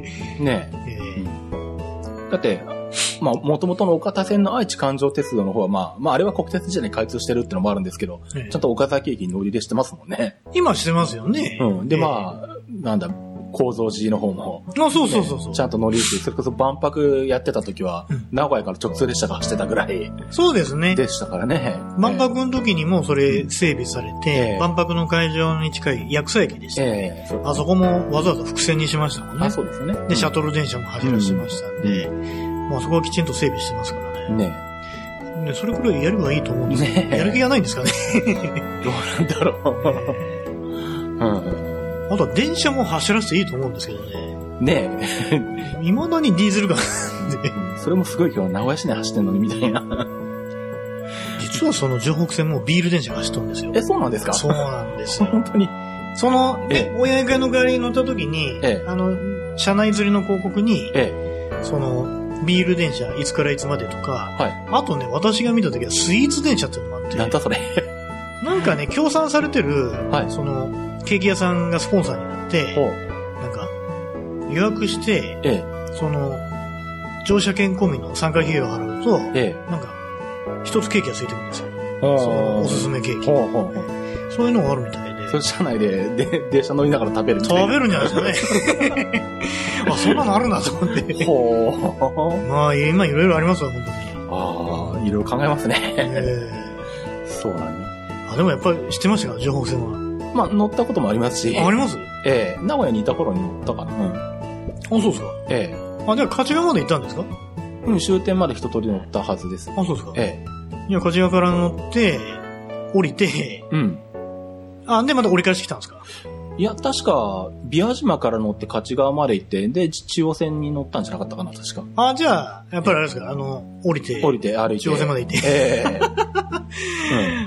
[SPEAKER 2] ねえ。えー、だって、
[SPEAKER 1] まあ、もともとの岡田線の愛知環状鉄道の方は、まあ、まあ、あれは国鉄時代に開通してるってのもあるんですけど、ええ、ちゃんと岡崎駅に乗り入れしてますもんね。
[SPEAKER 2] 今してますよね。
[SPEAKER 1] うん。で、え、まあ、なんだ、構造寺の方も、
[SPEAKER 2] ね。あ、そうそうそうそう。
[SPEAKER 1] ちゃんと乗り入れて、それこそ万博やってた時は、うん、名古屋から直通列車が走ってたぐらい。
[SPEAKER 2] そうですね。
[SPEAKER 1] でしたからね。
[SPEAKER 2] 万博の時にもそれ整備されて、えー、万博の会場に近い薬草駅でしたね。えー、あそこもわざわざ伏線にしましたもんね。
[SPEAKER 1] あ、そうですよね。
[SPEAKER 2] で、シャトル電車も走らせてましたんで、うんまあそこはきちんと整備してますからね。ねねそれくらいやればいいと思うんですけど、ね、やる気がないんですかね。
[SPEAKER 1] どうなんだろう。
[SPEAKER 2] うん、あとは電車も走らせていいと思うんですけどね。
[SPEAKER 1] ね
[SPEAKER 2] え。未だにディーゼルが
[SPEAKER 1] それもすごいけど、名古屋市内走ってんのにみたいな。
[SPEAKER 2] 実はその城北線もビール電車が走っとるんですよ。
[SPEAKER 1] え、そうなんですか？
[SPEAKER 2] そうなんですよ。
[SPEAKER 1] 本当に。
[SPEAKER 2] その、え、親会の帰りに乗った時に、えあの、車内釣りの広告に、えその、ビール電車いつからいつまでとか、はい、あとね、私が見た時はスイーツ電車っていうのがあって。
[SPEAKER 1] なんだそれ。
[SPEAKER 2] なんかね、協賛されてる、はい、その、ケーキ屋さんがスポンサーになって、なんか、予約して、ええ、その、乗車券込みの参加費用を払うと、ええ、なんか、一つケーキがついてくるんですよ。そのおすすめケーキ。そういうのがあるみたいで。
[SPEAKER 1] それ車内で、で、電車乗りながら食べるみ
[SPEAKER 2] たいな。食べるんじゃないですかね。あ、そんなのあるなと思って。ほー。まあ、今いろいろありますわ、本当に。
[SPEAKER 1] ああ、いろいろ考えますね。えー、そうなんね。
[SPEAKER 2] あ、でもやっぱり知ってましたか、情報線は。
[SPEAKER 1] まあ、乗ったこともありますし。
[SPEAKER 2] あ、あります
[SPEAKER 1] ええー、名古屋にいた頃に乗ったかな。うん。
[SPEAKER 2] あ、そうですか。ええー。あ、では、勝川まで行ったんですか？
[SPEAKER 1] うん、終点まで一通り乗ったはずです。
[SPEAKER 2] あ、そうですか。ええー。いや、勝川から乗って、降りて、うん。あ、で、また折り返してきたんですか？
[SPEAKER 1] いや、確か、琵琶島から乗って勝川まで行って、で、中央線に乗ったんじゃなかったかな、確か。
[SPEAKER 2] あ、じゃあ、やっぱりあれですか、あの、降りて。
[SPEAKER 1] 降りて、歩いて。
[SPEAKER 2] 中央線まで行って。ええー。うん。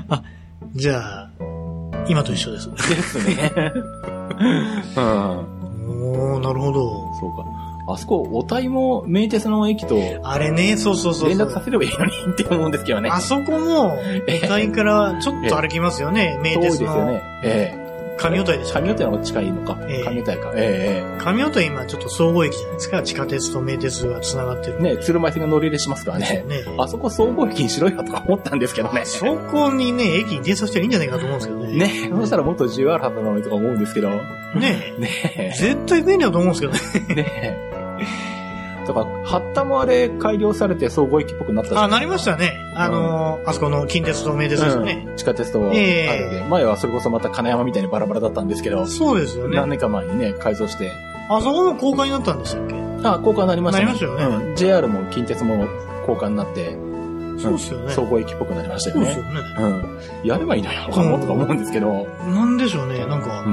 [SPEAKER 2] あ、じゃあ、今と一緒です。
[SPEAKER 1] ですね。うん。
[SPEAKER 2] おー、なるほど。
[SPEAKER 1] そうか。あそこ、お台も名鉄の駅と、
[SPEAKER 2] あれね、そうそうそう。
[SPEAKER 1] 連絡させればいいのにって思うんですけどね。
[SPEAKER 2] あそこも、お台からちょっと歩きますよね、名鉄の。そうですよね。ええ。上尾台でしょ。
[SPEAKER 1] 上尾台の方が近いのか。ええ、上尾台か。え
[SPEAKER 2] え。上尾台今ちょっと総合駅じゃないですか。地下鉄と名鉄が繋がってる。
[SPEAKER 1] ね、鶴舞線が乗り入れしますからね。ね。あそこ総合駅にしろよとか思ったんですけどね。
[SPEAKER 2] そこにね、駅に停車したらいいんじゃないかと思うんですけどね。
[SPEAKER 1] ね。そしたらもっと需要あるはずなのにとか思うんですけど。ね
[SPEAKER 2] ね。絶対便利だと思うんですけどね。ね。
[SPEAKER 1] とか、八田もあれ改良されて総合駅っぽくなったじゃ
[SPEAKER 2] ん。あ、なりましたね。あのーうん、あそこの近鉄と名鉄ですよね。
[SPEAKER 1] うん、地下鉄とあるで、えー、前はそれこそまた金山みたいにバラバラだったんですけど。
[SPEAKER 2] そうですよね。
[SPEAKER 1] 何年か前にね、改造して。
[SPEAKER 2] あそこも高架になったんでしたっけ？
[SPEAKER 1] あ、高架になりました
[SPEAKER 2] ね。なりましたよね。
[SPEAKER 1] うん。ジェイアール も近鉄も高架になって、
[SPEAKER 2] そうですよね、うん。
[SPEAKER 1] 総合駅っぽくなりましたよね。
[SPEAKER 2] そうですよね。
[SPEAKER 1] うん。やればいいのよ、とか思うんですけど。
[SPEAKER 2] なんでしょうね、なんか、うん、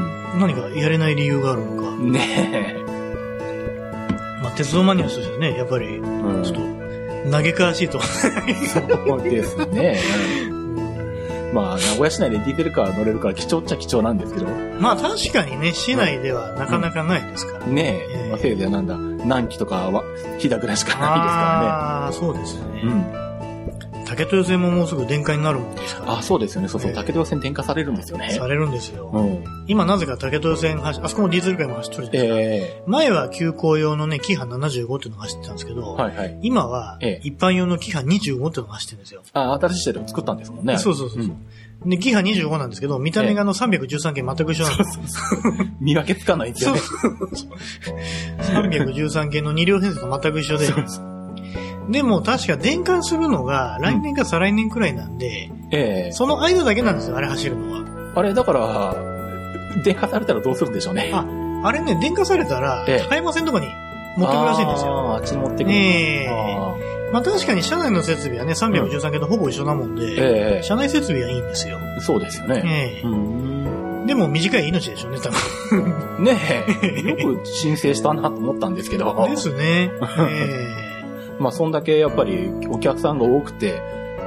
[SPEAKER 2] 何かやれない理由があるのか。
[SPEAKER 1] ねえ。
[SPEAKER 2] まあ、鉄道マニアとしてはね、やっぱり、ちょっと、嘆かわしいと。
[SPEAKER 1] そうですね。まあ、名古屋市内でディーゼルカー乗れるから貴重っちゃ貴重なんですけど。
[SPEAKER 2] まあ確かにね、市内ではなかなかないですから。
[SPEAKER 1] うん、ねえ。えー、まあ、せいぜいなんだ、南紀とかは、飛騨ぐらいしかないですからね。
[SPEAKER 2] ああ、そうですね。うん。竹豊線ももうすぐ電化になるもんですから、
[SPEAKER 1] ね。あ、そうですよね。そうそう。竹豊線電化されるんですよね。
[SPEAKER 2] されるんですよ。うん、今なぜか竹豊線走、あそこもディーゼルカーも走っとるじゃないですか。えー、前は急行用のね、キハななじゅうごっていうのが走ってたんですけど、はいはい、今は一般用のキハにじゅうごっていうのが走ってるんですよ。
[SPEAKER 1] あ、新しい車両作ったんですもんね。
[SPEAKER 2] そうそうそうそう。うん、で、キハにじゅうごなんですけど、見た目があのさんびゃくじゅうさん系全く一緒なんです。そうそうそう
[SPEAKER 1] 見分けつかないんですよね。
[SPEAKER 2] そうそうさんびゃくじゅうさん系のに両編成と全く一緒で。そうそうでも確か電化するのが来年か再来年くらいなんで、うんえー、その間だけなんですよ、あれ走るのは。
[SPEAKER 1] あれ、だから、電化されたらどうするんでしょうね。
[SPEAKER 2] あ、あれね、電化されたら、高山線とかに持ってくるらしいんですよ。
[SPEAKER 1] ああ、あっちに持ってくる。
[SPEAKER 2] ええー。まあ確かに車内の設備はね、さんびゃくじゅうさん系とほぼ一緒なもんで、うんえー、車内設備はいいんですよ。
[SPEAKER 1] そうですよね。ええー。
[SPEAKER 2] うんでも短い命でしょうね、多分。
[SPEAKER 1] ねえ、よく申請したなと思ったんですけど。
[SPEAKER 2] ですね。ええー。
[SPEAKER 1] まあ、そんだけやっぱりお客さんが多くて、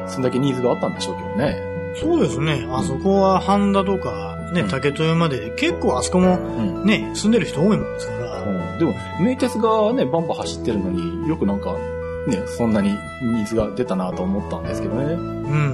[SPEAKER 1] そんだけニーズがあったんでしょうけどね。
[SPEAKER 2] そうですね。あそこは半田とか、ね、竹豊まで、結構あそこもね、うん、住んでる人多いもんですから。
[SPEAKER 1] うん、でも、名鉄がね、バンバン走ってるのによくなんか、ね、そんなにニーズが出たなと思ったんですけどね。
[SPEAKER 2] うん、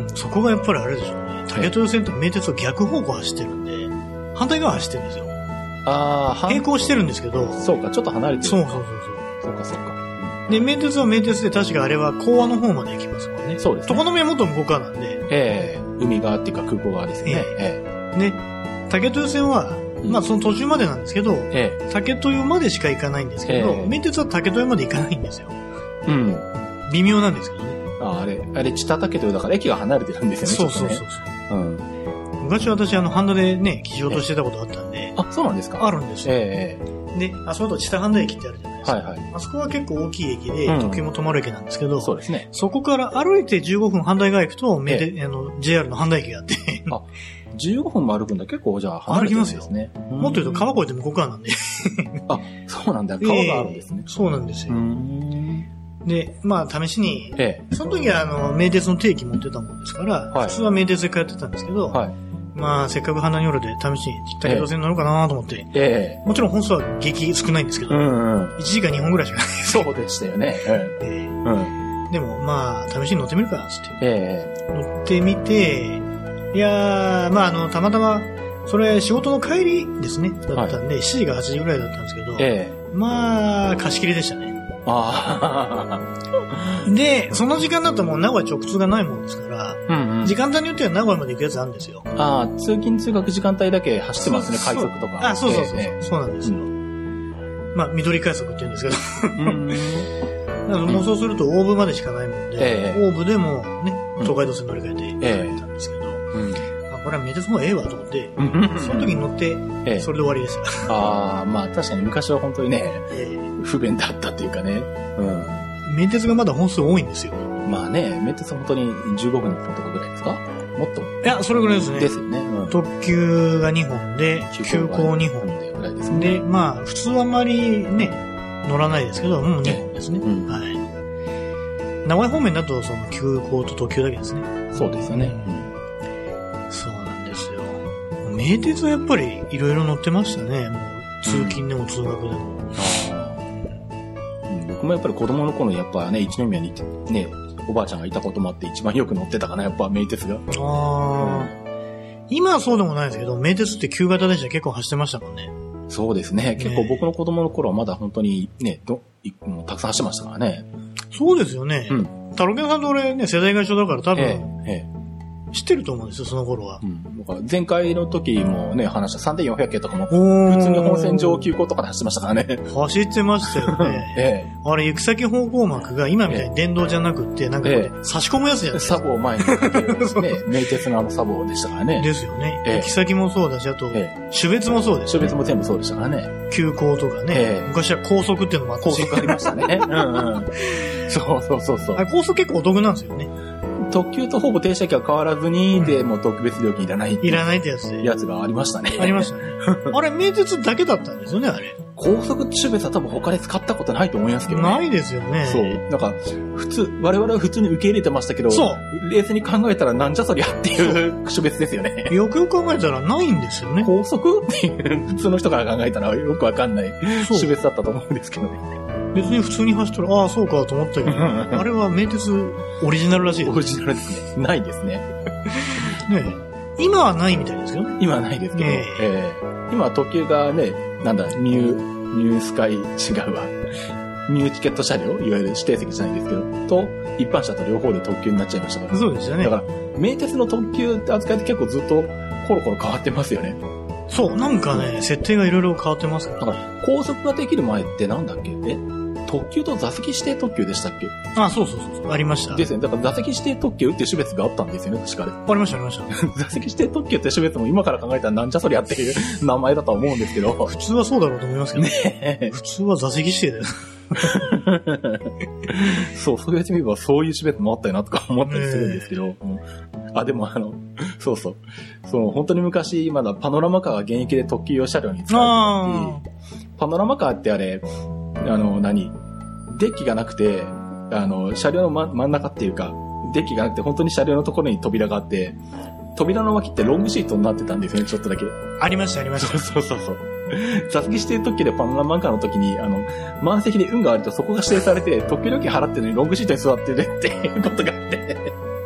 [SPEAKER 2] そこがやっぱりあれでしょうね。竹豊線と名鉄は逆方向走ってるんで、反対側走ってるんですよ。
[SPEAKER 1] ああ、
[SPEAKER 2] 並行してるんですけど。
[SPEAKER 1] そうか、ちょっと離れてる。
[SPEAKER 2] そうそうそう
[SPEAKER 1] そう。そうか、そうか。
[SPEAKER 2] で、名鉄は名鉄で確かあれは港湾の方まで行きますもんね。
[SPEAKER 1] そうですね。
[SPEAKER 2] 常滑はもっと向こう側なんで。
[SPEAKER 1] ええー、海側っていうか空港側ですよね。え
[SPEAKER 2] えー、で、竹豊線は、うん、まあその途中までなんですけど、ええ、竹豊までしか行かないんですけど、ええ、名鉄は竹豊まで行かないんですよ。うん。微妙なんですけどね。
[SPEAKER 1] あ、あれ、あれ、知多竹豊だから駅が離れてるんですよね。
[SPEAKER 2] そうそうそうそう。ね、うん。昔私、あの、半田でね、騎乗としてたことあったんで。
[SPEAKER 1] あ、そうなんですか？
[SPEAKER 2] あるんですよ。ええ。で、あそこだと知多半田駅ってあるじゃないですか。はいはい。あそこは結構大きい駅で、特急も止まる駅なんですけど、うん、そうですね。そこから歩いてじゅうごふん半田側行くと、ええ、あの、ジェイアール の半田駅があって。あ、
[SPEAKER 1] じゅうごふんも歩くんだ。結構じゃあ離れてるんですね。
[SPEAKER 2] 歩きますよ。もっと言うと川越えて向こう側なんで。
[SPEAKER 1] あ、そうなんだ。川があるんですね。
[SPEAKER 2] えー、そうなんですよ。で、まあ、試しに、ええ、その時は、あの、名鉄の定期持ってたもんですから、はい、普通は名鉄で通ってたんですけど、はい、まあ、せっかく半田に寄るで試しに竹豊線乗ろうかなと思って、ええ、もちろん本数は激少ないんですけど、うんうん、いちじかんにほんぐらいしかない。
[SPEAKER 1] そうでしたよね。ええ
[SPEAKER 2] うん、でも、まあ、試しに乗ってみるか、つって。ええ、乗ってみて、いやー、まあ、あの、たまたま、それ仕事の帰りですね、だったんで、はい、しちじかはちじぐらいだったんですけど、ええ、まあ、貸し切りでしたね。あで、その時間だともう名古屋直通がないもんですから、うんうん、時間帯によっては名古屋まで行くやつあるんですよ。
[SPEAKER 1] ああ、通勤通学時間帯だけ走ってますね、快速とか。
[SPEAKER 2] あ、そうそうそうそう、えー、そうなんですよ。うん、まあ、緑快速って言うんですけど。うんだからもうそうすると大部までしかないもんで、えー、大部でもね、東海道線乗り換えて行ったんですけど、うんうん、あ、これは名鉄もええわと思って、その時に乗って、それで終わりでした。
[SPEAKER 1] ああ、まあ確かに昔は本当にね、えー不便だったっていうかね。うん。
[SPEAKER 2] 名鉄がまだ本数多いんですよ。
[SPEAKER 1] まあね、名鉄は本当にじゅうごふんにいっぽんとかぐらいですか？もっと？
[SPEAKER 2] いや、それぐらいですね。
[SPEAKER 1] ですよね。うん、
[SPEAKER 2] 特急がにほんで、急行にほんでぐらいですね。で、まあ、普通はあんまりね、乗らないですけど、もうにほんですね。うん、はい。名古屋方面だと、その急行と特急だけですね。
[SPEAKER 1] そうですよね。
[SPEAKER 2] うん、そうなんですよ。名鉄はやっぱりいろいろ乗ってましたね。もう通勤でも通学でも。うん
[SPEAKER 1] 僕もやっぱり子供の頃にやっぱね、一宮にね、おばあちゃんがいたこともあって一番よく乗ってたかな、やっぱ名鉄が。ああ、うん。今はそうでもないですけど、名鉄って旧型電車結構走ってましたもんね。そうですね。結構僕の子供の頃はまだ本当にね、どもうたくさん走ってましたからね。
[SPEAKER 2] そうですよね。うん。タロケンさんと俺ね、世代が一緒だから多分、ええええ知ってると思うんですよ、その頃は。うん。だから
[SPEAKER 1] 前回の時もね、話した さんてんよんひゃく 系とかも、普通に本線上急行とかで走ってましたからね。
[SPEAKER 2] 走ってましたよね。ええ。あれ、行く先方向幕が今みたいに電動じゃなくて、なんかこう、ええ、差し込むやつじゃないですか。
[SPEAKER 1] サボを前にかける、ね、名鉄のあのサボでしたからね。
[SPEAKER 2] ですよね。ええ、行き先もそうだし、あと、ええ、種別もそうです、
[SPEAKER 1] ね。種別も全部そうでしたからね。
[SPEAKER 2] 急行とかね。ええ、昔は高速っていうのもあったし。
[SPEAKER 1] 高速ありましたね。うんうん。そうそうそうそう。
[SPEAKER 2] あれ、高速結構お得なんですよね。
[SPEAKER 1] 特急とほぼ停車駅は変わらずに、うん、で、もう特別料金いらない。
[SPEAKER 2] いらないってやつで。
[SPEAKER 1] やつがありましたね。
[SPEAKER 2] ありましたね。あれ、名鉄だけだったんですよね、あれ。
[SPEAKER 1] 高速種別は多分他で使ったことないと思いますけどね。
[SPEAKER 2] ないですよね。
[SPEAKER 1] そう。なんか、普通、我々は普通に受け入れてましたけど、そう。冷静に考えたらなんじゃそりゃっていう種別ですよね。
[SPEAKER 2] よくよく考えたらないんですよね。
[SPEAKER 1] 高速っていう、普通の人から考えたらよくわかんない種別だったと思うんですけどね。
[SPEAKER 2] 別に普通に走ったら、ああ、そうかと思ったけど、あれは名鉄オリジナルらしいです。
[SPEAKER 1] オリジナルですね。ないですね。
[SPEAKER 2] ねえ。今はないみたいですけどね。
[SPEAKER 1] 今はないですけど、えーえー、今は特急がね、なんだ、ニュー、ニュースカイ違うわ。ニューチケット車両、いわゆる指定席じゃないんですけど、と、一般車と両方で特急になっちゃいましたから。
[SPEAKER 2] そうですよね。
[SPEAKER 1] だから、名鉄の特急って扱いって結構ずっとコロコロ変わってますよね。
[SPEAKER 2] そう、なんかね、設定がいろいろ変わってますから。
[SPEAKER 1] だから、高速ができる前ってなんだっけえ特急と座席指定特急でしたっけ？
[SPEAKER 2] ああ、そうそうそう。ありました。
[SPEAKER 1] ですね。だから座席指定特急っていう種別があったんですよね、確かに。
[SPEAKER 2] ありました、ありました。
[SPEAKER 1] 座席指定特急って種別も今から考えたらなんじゃそりゃっていう名前だとは思うんですけど。
[SPEAKER 2] 普通はそうだろうと思いますけどね。普通は座席指定だよ。
[SPEAKER 1] そう、そうやってみればそういう種別もあったよなとか思ったりするんですけど。うん、あ、でもあの、そうそう。その本当に昔、まだパノラマカーが現役で特急用車両に使われていて、パノラマカーってあれ、あの、何デッキがなくて、あの、車両の、ま、真ん中っていうか、 デッキがなくて、本当に車両のところに扉があって、扉の脇ってロングシートになってたんですよね、ちょっとだけ。
[SPEAKER 2] ありました、ありました。
[SPEAKER 1] そうそうそう。座席指定特急でパノラマカーの時に、あの、満席で運があるとそこが指定されて、特急料金払ってるのにロングシートに座ってるっていうことがあって。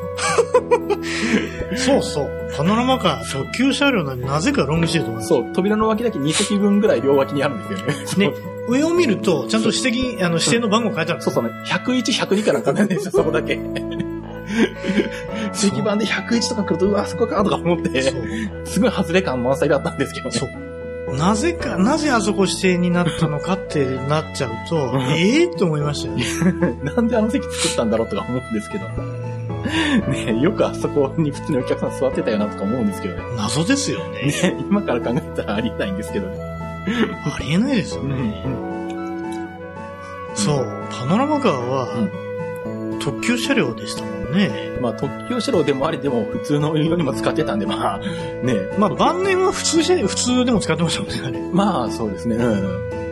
[SPEAKER 2] そうそう。パノラマカー、特急車両なのになぜかロングシートが。
[SPEAKER 1] そう、扉の脇だけに席分ぐらい両脇にあるんですよね。
[SPEAKER 2] ね、上を見ると、ちゃんと指摘、あの、指定の番号書いてあるんです
[SPEAKER 1] よ。そうそうね。ひゃくいち、ひゃくにかなんかなんですよ、そこだけ。席番でひゃくいちとか来ると、うわ、そこかとか思って、すごい外れ感満載だったんですけどね。そう。
[SPEAKER 2] なぜか、なぜあそこ指定になったのかってなっちゃうと、ええー、と思いましたよね。
[SPEAKER 1] なんであの席作ったんだろうとか思うんですけど。ね、よくあそこに普通にお客さん座ってたよなとか思うんですけどね。
[SPEAKER 2] 謎ですよね。
[SPEAKER 1] ね、今から考えたらありえないんですけどね。
[SPEAKER 2] ありえないですよね。うんうん、そう、パノラマカーは、うん、特急車両でしたもんね。
[SPEAKER 1] まあ特急車両でもありでも普通の運用にも使ってたんで、まあね。
[SPEAKER 2] まあ晩年は普通車、普通でも使ってましたもんね、あれ。
[SPEAKER 1] まあそうですね。うん。うん。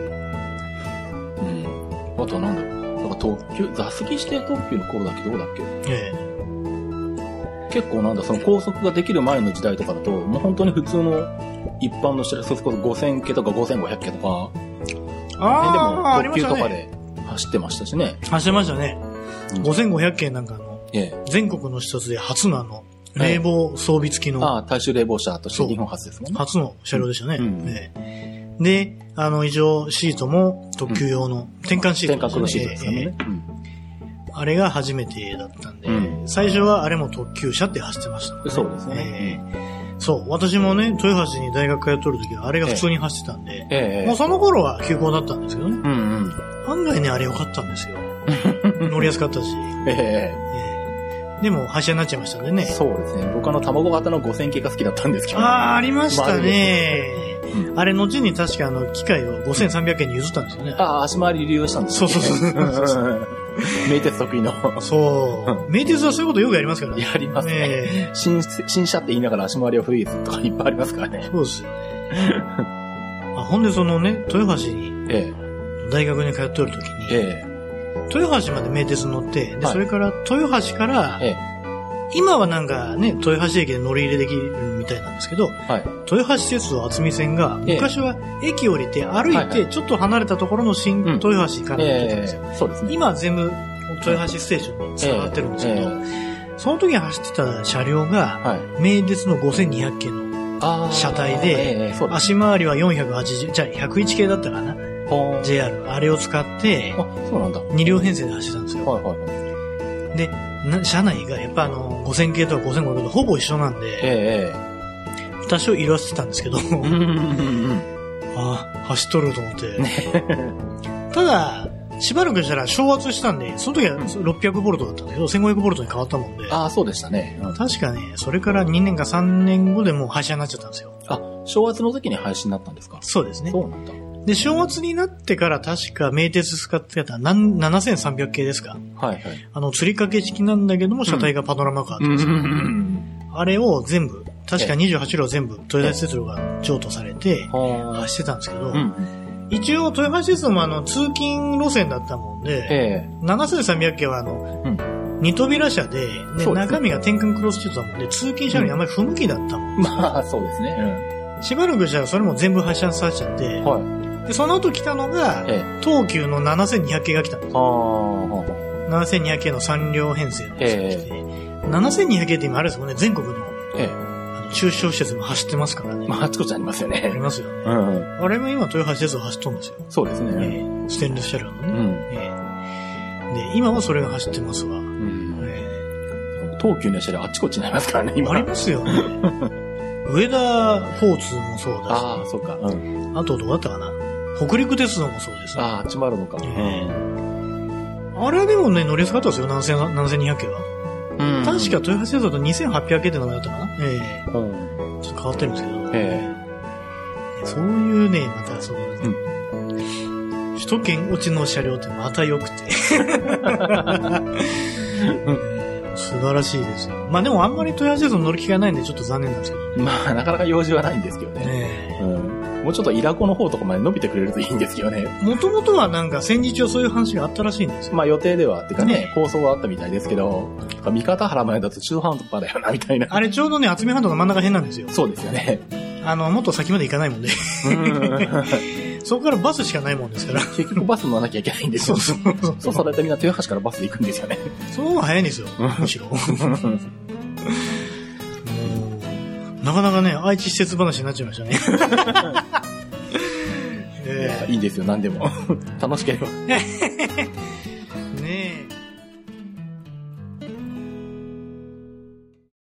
[SPEAKER 1] あとはなんだろう。なんか特急、座席指定特急の頃だっけどうだっけ。ええ。結構なんだ、その高速ができる前の時代とかだと、もう本当に普通の一般の車両、それこそごせんけとかごせんごひゃくけとか、
[SPEAKER 2] ああ、
[SPEAKER 1] でも特急とかで走ってましたしね。
[SPEAKER 2] 走ってましたね。うん、ごせんごひゃくけなんかの、ええ、全国の一つで初のあの、冷房装備付きの。
[SPEAKER 1] ああ、大衆冷房車として日本初ですもんね。
[SPEAKER 2] 初の車両でしたね。うんうんええ、で、あの、以上シートも特急用の、うん、転換シートですね。
[SPEAKER 1] 転換のシートですよね。ええうん
[SPEAKER 2] あれが初めてだったんで、うん、最初はあれも特急車って走ってました、ね。
[SPEAKER 1] そうですね、
[SPEAKER 2] えー。そう、私もね、豊橋に大学通っとる時はあれが普通に走ってたんで、
[SPEAKER 1] えー、
[SPEAKER 2] もうその頃は急行だったんですけどね。
[SPEAKER 1] うんうん、
[SPEAKER 2] 案外ね、あれ良かったんですよ。乗りやすかったし。えーえー、でも、廃車になっちゃいましたんでね。
[SPEAKER 1] そうですね。僕あの、卵型のごせん系が好きだったんですけど、ね。
[SPEAKER 2] ああ、ありましたね。うん、あれ、後に確かあの、機械をごせんさんびゃくえんに譲ったんですよね。
[SPEAKER 1] ああ、足回り利用したんです
[SPEAKER 2] よね。そうそうそう。
[SPEAKER 1] 名鉄得意の。
[SPEAKER 2] そう。名鉄はそういうことよくやりますから
[SPEAKER 1] ね。やりますね。ね新、新車って言いながら足回りは古いやつとかいっぱいありますからね。
[SPEAKER 2] そうですよね。あほんでそのね、豊橋に、ええ、大学に通っておるときに、ええ、豊橋まで名鉄乗って、で、はい、それから豊橋から、ええ、今はなんかね、豊橋駅で乗り入れできるみたいなんですけど、はい、豊橋鉄道厚見線が、昔は駅降りて歩いてちょっと離れたところの新豊橋から出てたんですよ。
[SPEAKER 1] そうですね。
[SPEAKER 2] 今は全部豊橋ステーションに繋がってるんですけど、えーえー、その時に走ってた車両が、はい、名鉄のごせんにひゃくけの車体で、えー、足回りはよんひゃくはちじゅう、じゃあひゃくいち系だったかな。ジェイアール、あれを使って、
[SPEAKER 1] あ、そうなんだ。
[SPEAKER 2] に両編成で走ってたんですよ。はいはいはい。で、な車内がやっぱあの、ごせん系とかごせんごひゃくとほぼ一緒なんで、ええ、多少色あせてたんですけど、ああ、走っとると思って。ただ、しばらくしたら昇圧したんで、その時はろっぴゃくボルトだったんだけど、せんごひゃくボルトに変わったもんで。
[SPEAKER 1] ああ、そうでしたね。
[SPEAKER 2] うん、確かね、それからにねんかさんねんごでもう廃車になっちゃったんですよ。
[SPEAKER 1] あ、昇圧の時に廃止になったんですか？
[SPEAKER 2] そうですね。
[SPEAKER 1] そうなんだ。
[SPEAKER 2] で、昇圧になってから確か名鉄使ってたななせんさんびゃく系ですか？
[SPEAKER 1] はいはい。
[SPEAKER 2] あの、吊り掛け式なんだけども、車体がパノラマカーなんですよ。あれを全部、確かにじゅうはち両全部、豊橋鉄道が譲渡されて、走ってたんですけど、うん、一応、豊橋鉄道もあの、通勤路線だったもんで、えー、ななせんさんびゃく系はあの、うん二扉車で、で、ね、中身が転換クロスシートだもんで、通勤車両にあまり不向きだったもん、
[SPEAKER 1] うん。まあ、そうですね。
[SPEAKER 2] うん、しばらくしたらそれも全部発車されちゃって、はい、で、その後来たのが、ええ、東急のななせんにひゃく系が来たんですよ。ななせんにひゃく系のさん両編成のやつが来て、ええ、ななせんにひゃく系って今あれですもんね、全国の、ええ、あの中小施設も走ってますからね。
[SPEAKER 1] まあ、あちこちありますよね。
[SPEAKER 2] ありますよね。うんうん、あれも今豊橋鉄道走っとるんですよ。
[SPEAKER 1] そうですね。
[SPEAKER 2] ええ、ステンレス車両のね。うんええ、で、今はそれが走ってますわ。うん
[SPEAKER 1] 東急の車両あっちこっちになりますからね、今。
[SPEAKER 2] ありますよね。上田交通もそうだし。
[SPEAKER 1] ああ、そうか。うん。
[SPEAKER 2] あとどうだったかな。北陸鉄道もそうですね。
[SPEAKER 1] ああ、あっちもあるのか。え
[SPEAKER 2] ー、あれはでもね、乗りやすかったですよ、ななせんにひゃく系は。うん。確か豊橋鉄道とにせんはっぴゃく系って名前だったかな。ええー。うん。ちょっと変わってるんですけど。ええー。そういうね、またその、うん、首都圏落ちの車両ってまた良くて。素晴らしいですよ。まあでもあんまり豊橋鉄道乗る気がないんでちょっと残念なんですけど。
[SPEAKER 1] まあなかなか用事はないんですけどね。ね
[SPEAKER 2] うん、
[SPEAKER 1] もうちょっとイラコの方とかまで伸びてくれるといいんですけどね。
[SPEAKER 2] もともとはなんか戦時中そういう話があったらしいんですよ。
[SPEAKER 1] まあ予定ではあってかね、ね構想はあったみたいですけど、三方原までだと中途半端だよな、みたいな。
[SPEAKER 2] あれちょうどね、渥美半島の真ん中辺なんですよ。
[SPEAKER 1] そうですよね。
[SPEAKER 2] あの、もっと先まで行かないもんで。そこからバスしかないもんですから。
[SPEAKER 1] 結局バス乗らなきゃいけないんですよ。そうそうそう。そうされてみんな豊橋からバスで行くんですよね。その方が早いんですよ、むしろ。なかなかね、愛知施設話になっちゃいましたね。えー、 いいんですよ、何でも。楽しければ。
[SPEAKER 2] ねえ。